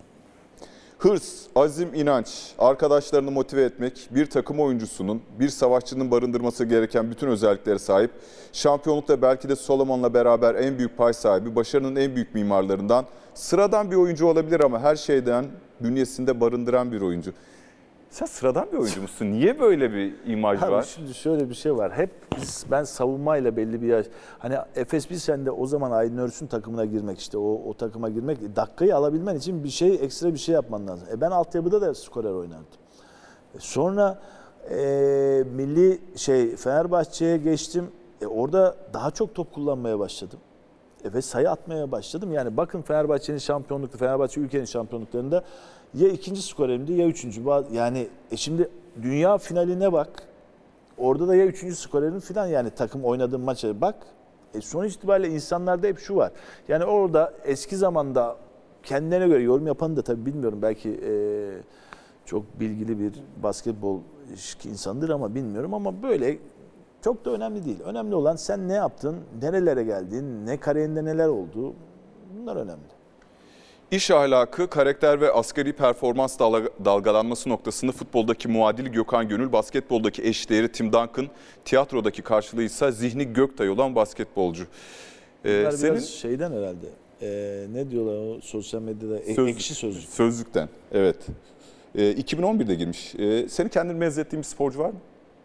Hırs, azim, inanç, arkadaşlarını motive etmek, bir takım oyuncusunun, bir savaşçının barındırması gereken bütün özelliklere sahip, şampiyonlukta belki de Solomon'la beraber en büyük pay sahibi, başarının en büyük mimarlarından, sıradan bir oyuncu olabilir ama her şeyden bünyesinde barındıran bir oyuncu. Sen sıradan bir oyuncu musun? Niye böyle bir imaj Abi var? şimdi şöyle bir şey var. Hep biz, ben savunmayla belli bir yaş... Hani Efes Pilsen'de o zaman Aydın Örsün takımına girmek işte o, o takıma girmek dakikayı alabilmen için bir şey ekstra bir şey yapman lazım. E ben altyapıda da skorer oynardım. E sonra e, milli şey Fenerbahçe'ye geçtim. E orada daha çok top kullanmaya başladım. E ve sayı atmaya başladım. Yani bakın Fenerbahçe'nin şampiyonlukta, Fenerbahçe ülkenin şampiyonluklarında ya ikinci skorerimdi ya üçüncü. Yani e şimdi dünya finaline bak. Orada da ya üçüncü skorerim falan yani takım oynadığım maça bak. E sonuç itibariyle insanlarda hep şu var. Yani orada eski zamanda kendilerine göre yorum yapanı da tabii bilmiyorum. Belki e, çok bilgili bir basketbol insanıdır ama bilmiyorum ama böyle çok da önemli değil. Önemli olan sen ne yaptın, nerelere geldin, ne kariyerinde neler oldu. Bunlar önemli. İş ahlakı, karakter ve asgari performans dalgalanması noktasında futboldaki muadili Gökhan Gönül, basketboldaki eşdeğeri Tim Duncan, tiyatrodaki karşılığı ise zihni Göktay olan basketbolcu. Ee, Bunlar senin... biraz şeyden herhalde. Ee, ne diyorlar o sosyal medyada? Söz, Ekşi sözlük. Sözlükten, evet. Ee, iki bin on birde girmiş. Ee, senin kendini benzettiğin bir sporcu var mı?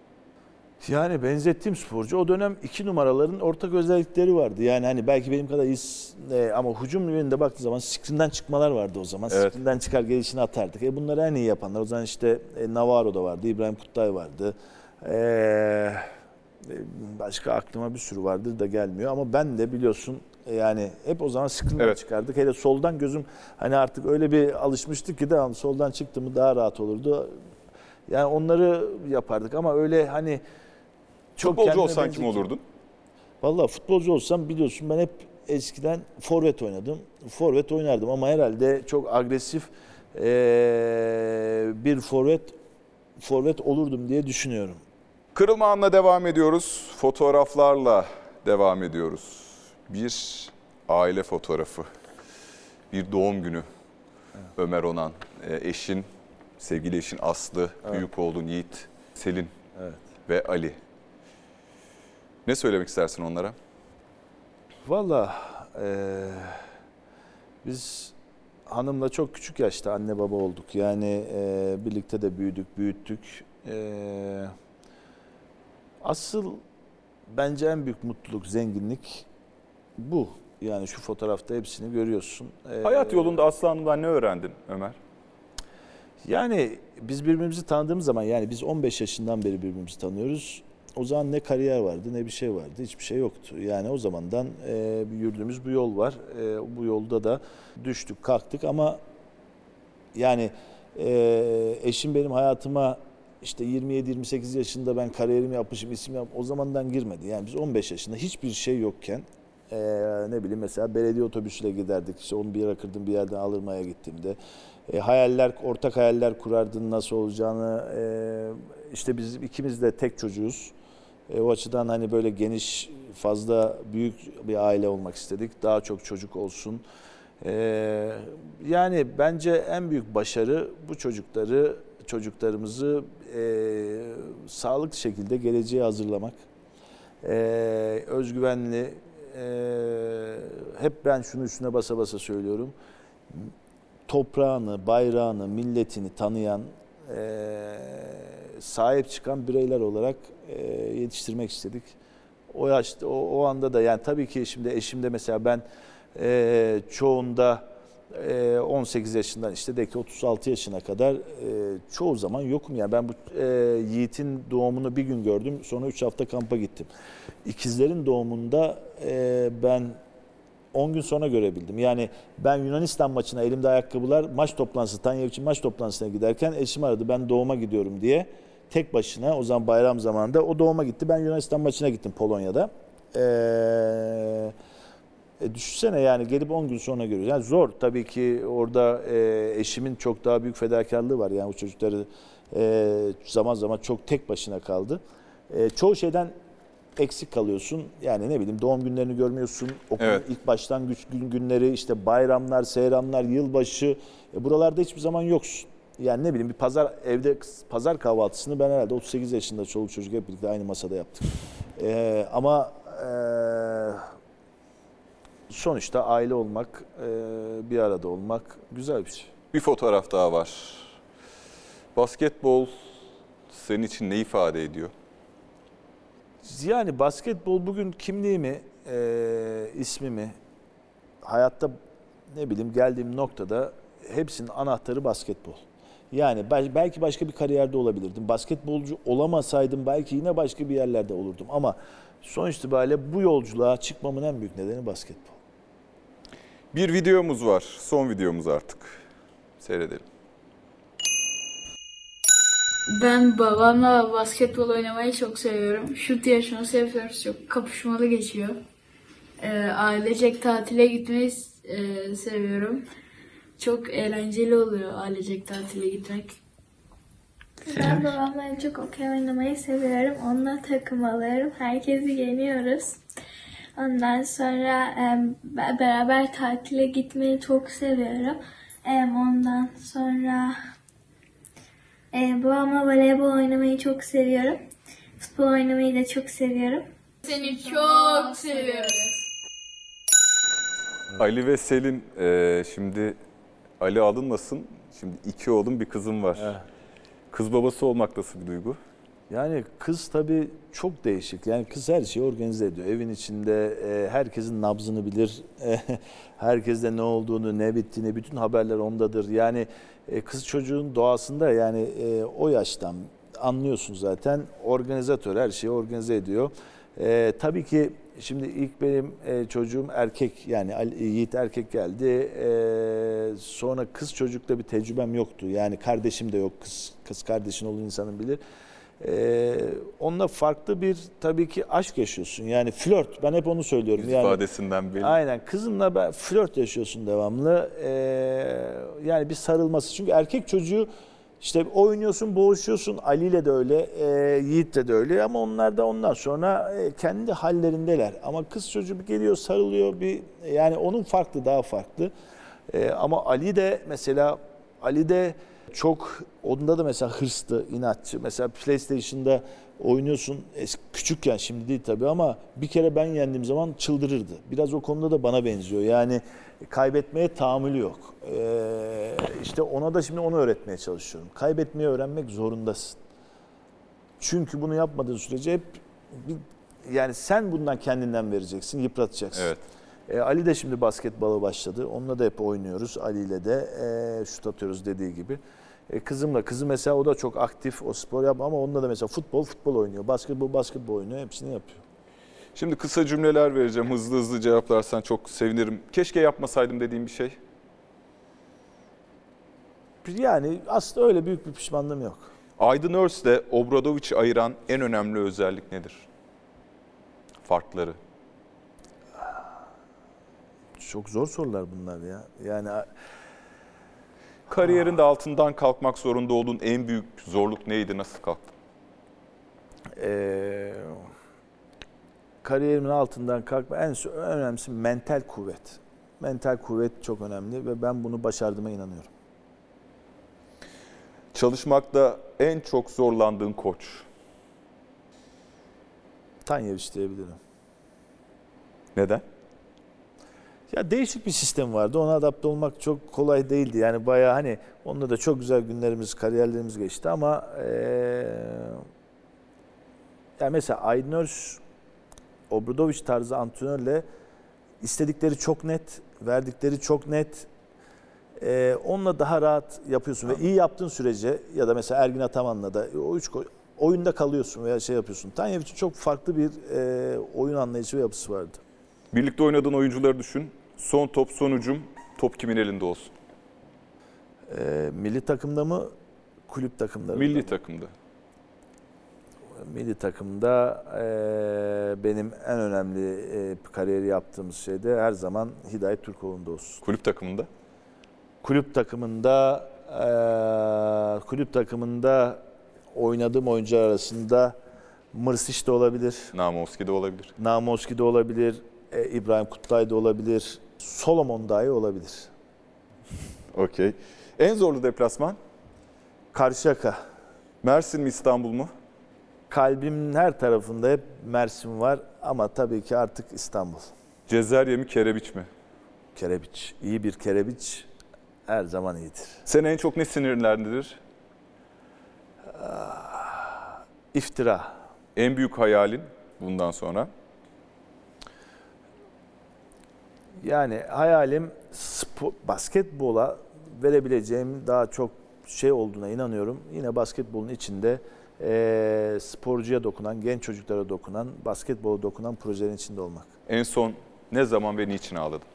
Yani benzettiğim sporcu o dönem iki numaraların ortak özellikleri vardı. Yani hani belki benim kadar iyi e, ama hücum yönünde baktığı zaman screen'den çıkmalar vardı o zaman. Evet. Screen'den çıkar gelişini atardık. E bunları en iyi yapanlar. O zaman işte e, Navarro da vardı, İbrahim Kutlay vardı. E, başka aklıma bir sürü vardır da gelmiyor. Ama ben de biliyorsun yani hep o zaman screen'den evet. çıkardık. Hele soldan gözüm hani artık öyle bir alışmıştık ki de soldan çıktı mı daha rahat olurdu. Yani onları yapardık ama öyle hani çok futbolcu olsan kim olurdun? Vallahi futbolcu olsam biliyorsun ben hep eskiden forvet oynadım. Forvet oynardım ama herhalde çok agresif ee, bir forvet forvet olurdum diye düşünüyorum. Kırılma anla devam ediyoruz. Fotoğraflarla devam ediyoruz. Bir aile fotoğrafı. Bir doğum günü. Evet. Ömer Onan, eşin, sevgili eşin Aslı, evet. büyük oğlun Yiğit, Selin evet. ve Ali. Ne söylemek istersin onlara? Vallahi e, biz hanımla çok küçük yaşta anne baba olduk. Yani e, birlikte de büyüdük, büyüttük. E, asıl bence en büyük mutluluk, zenginlik bu. Yani şu fotoğrafta hepsini görüyorsun. Hayat yolunda Aslı Hanım'dan ne öğrendin Ömer? Yani biz birbirimizi tanıdığımız zaman, yani biz on beş yaşından beri birbirimizi tanıyoruz. O zaman ne kariyer vardı ne bir şey vardı. Hiçbir şey yoktu. Yani o zamandan e, yürüdüğümüz bu yol var. E, bu yolda da düştük kalktık ama yani e, eşim benim hayatıma işte yirmi yedi yirmi sekiz yaşında ben kariyerimi yapmışım, isim yap, o zamandan girmedi. Yani biz on beş yaşında hiçbir şey yokken e, ne bileyim mesela belediye otobüsüyle giderdik. İşte onu bir yere kırdım, bir yerden alırmaya gittiğimde. E, hayaller, ortak hayaller kurardın nasıl olacağını. E, işte biz ikimiz de tek çocuğuz. E, o açıdan hani böyle geniş, fazla büyük bir aile olmak istedik. Daha çok çocuk olsun. E, yani bence en büyük başarı bu çocukları, çocuklarımızı e, sağlıklı şekilde geleceğe hazırlamak. E, özgüvenli, e, hep ben şunu üstüne basa basa söylüyorum. Toprağını, bayrağını, milletini tanıyan, e, sahip çıkan bireyler olarak e, yetiştirmek istedik. O yaşta, o, o anda da yani tabii ki şimdi eşimde mesela ben e, çoğunda e, on sekiz yaşından işte de ki otuz altı yaşına kadar e, çoğu zaman yokum. Yani ben bu e, Yiğit'in doğumunu bir gün gördüm, sonra üç hafta kampa gittim. İkizlerin doğumunda e, ben on gün sonra görebildim. Yani ben Yunanistan maçına elimde ayakkabılar, maç toplantısı, Tanyevic'in maç toplantısına giderken eşim aradı, ben doğuma gidiyorum diye. Tek başına, o zaman bayram zamanında o doğuma gitti. Ben Yunanistan maçına gittim Polonya'da. Ee, e, düşünsene yani gelip on gün sonra görüyoruz. Yani zor tabii ki, orada e, eşimin çok daha büyük fedakarlığı var. Yani bu çocukları e, zaman zaman çok tek başına kaldı. E, çoğu şeyden eksik kalıyorsun. Yani ne bileyim doğum günlerini görmüyorsun. Okulun Evet. ilk başlangıç gün günleri, işte bayramlar, seyranlar, yılbaşı. E, buralarda hiçbir zaman yoksun. Yani ne bileyim bir pazar evde pazar kahvaltısını ben herhalde otuz sekiz yaşında çoluk çocuk hep birlikte aynı masada yaptık. E, ama e, sonuçta aile olmak, e, bir arada olmak güzel bir şey. Bir fotoğraf daha var. Basketbol senin için ne ifade ediyor? Yani basketbol bugün kimliğimi, e, ismimi, hayatta ne bileyim geldiğim noktada hepsinin anahtarı basketbol. Yani belki başka bir kariyerde olabilirdim. Basketbolcu olamasaydım belki yine başka bir yerlerde olurdum. Ama sonuç itibariyle bu yolculuğa çıkmamın en büyük nedeni basketbol. Bir videomuz var. Son videomuz artık. Seyredelim. Ben babamla basketbol oynamayı çok seviyorum. Şut yarışını seviyoruz. Çok kapışmalı geçiyor. Ee, ailecek tatile gitmeyi e, seviyorum. Çok eğlenceli oluyor ailecek tatile gitmek. Ben babamla en çok okey oynamayı seviyorum. Onunla takım alıyorum. Herkesi yeniyoruz. Ondan sonra e, beraber tatile gitmeyi çok seviyorum. E, ondan sonra e, babamla voleybol oynamayı çok seviyorum. Futbol oynamayı da çok seviyorum. Seni çok seviyoruz. Ali ve Selin, e, şimdi Ali alınmasın. Şimdi iki oğlum bir kızım var. Evet. Kız babası olmak nasıl bir duygu? Yani kız tabii çok değişik. Yani kız her şeyi organize ediyor. Evin içinde e, herkesin nabzını bilir. E, herkeste ne olduğunu, ne bittiğini, bütün haberler ondadır. Yani e, kız çocuğun doğasında yani e, o yaştan anlıyorsun zaten. Organizatör her şeyi organize ediyor. E, tabii ki şimdi ilk benim e, çocuğum erkek, yani Ali, Yiğit erkek geldi. E, sonra kız çocukla bir tecrübem yoktu. Yani kardeşim de yok. Kız, kız kardeşin olan insanın bilir. Ee, onunla farklı bir tabii ki aşk yaşıyorsun. Yani flört. Ben hep onu söylüyorum. Yüz yani, ifadesinden belli. Aynen. Kızınla ben flört yaşıyorsun devamlı. Ee, yani bir sarılması. Çünkü erkek çocuğu işte oynuyorsun, boğuşuyorsun. Ali ile de öyle, e, Yiğit'le de öyle. Ama onlar da ondan sonra e, kendi hallerindeler. Ama kız çocuğu bir geliyor, sarılıyor. Bir yani onun farklı, daha farklı. E, ama Ali de mesela Ali de çok, onda da mesela hırslı, inatçı. Mesela PlayStation'da oynuyorsun, küçükken, şimdi değil tabii, ama bir kere ben yendiğim zaman çıldırırdı. Biraz o konuda da bana benziyor. Yani kaybetmeye tahammülü yok. Ee, işte ona da şimdi onu öğretmeye çalışıyorum. Kaybetmeyi öğrenmek zorundasın. Çünkü bunu yapmadığın sürece hep bir, yani sen bundan kendinden vereceksin, yıpratacaksın. Evet. Ee, Ali de şimdi basketbola başladı. Onunla da hep oynuyoruz. Ali ile de e, şut atıyoruz dediği gibi. E, kızımla, kızım mesela o da çok aktif, o spor yapma ama onunla da mesela futbol, futbol oynuyor. Basketbol, basketbol oynuyor. Hepsini yapıyor. Şimdi kısa cümleler vereceğim. Hızlı hızlı cevaplarsan çok sevinirim. Keşke yapmasaydım dediğim bir şey. Yani aslında öyle büyük bir pişmanlığım yok. Aydın Örs'le Obradovic'i ayıran en önemli özellik nedir? Farkları. Çok zor sorular bunlar ya. Yani kariyerinde altından kalkmak zorunda olduğun en büyük zorluk neydi? Nasıl kalktın? Ee, kariyerimin altından kalkma en önemlisi mental kuvvet. Mental kuvvet çok önemli ve ben bunu başardığıma inanıyorum. Çalışmakta en çok zorlandığın koç? Tanyeviç diyebilirim. Neden? Ya değişik bir sistem vardı. Ona adapte olmak çok kolay değildi. Yani bayağı hani onunla da çok güzel günlerimiz, kariyerlerimiz geçti ama ee, ya mesela Aydın Örs, Obradoviç tarzı antrenörle istedikleri çok net, verdikleri çok net. Ee, onunla daha rahat yapıyorsun ve iyi yaptığın sürece ya da mesela Ergin Ataman'la da o üç oyunda kalıyorsun veya şey yapıyorsun. Tanyeviç'in çok farklı bir e, oyun anlayışı ve yapısı vardı. Birlikte oynadığın oyuncuları düşün. Son top, son hücum, top kimin elinde olsun? Ee, milli takımda mı, kulüp takımda mı? Milli takımda. Milli takımda e, benim en önemli e, kariyeri yaptığımız şey de her zaman Hidayet Türkoğlu'nda olsun. Kulüp takımında? Kulüp takımında e, kulüp takımında oynadığım oyuncular arasında Mırsiç de olabilir. Namovski de olabilir. Namovski de olabilir. E, İbrahim Kutlay da olabilir. Solomon dahi olabilir. Okey. En zorlu deplasman? Karşıyaka. Mersin mi, İstanbul mu? Kalbimin her tarafında hep Mersin var ama tabii ki artık İstanbul. Cezerye mi, Kerebiç mi? Kerebiç. İyi bir Kerebiç her zaman iyidir. Seni en çok ne sinirlendirir? İftira. En büyük hayalin bundan sonra? Yani hayalim spor, basketbola verebileceğim daha çok şey olduğuna inanıyorum. Yine basketbolun içinde e, sporcuya dokunan, genç çocuklara dokunan, basketbola dokunan projelerin içinde olmak. En son ne zaman ve niçin ağladın?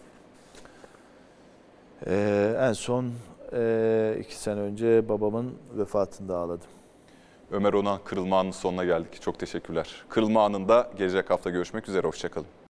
Ee, en son e, iki sene önce babamın vefatında ağladım. Ömer Onan, Kırılma Anı'nın sonuna geldik. Çok teşekkürler. Kırılma Anı'nda gelecek hafta görüşmek üzere. Hoşçakalın.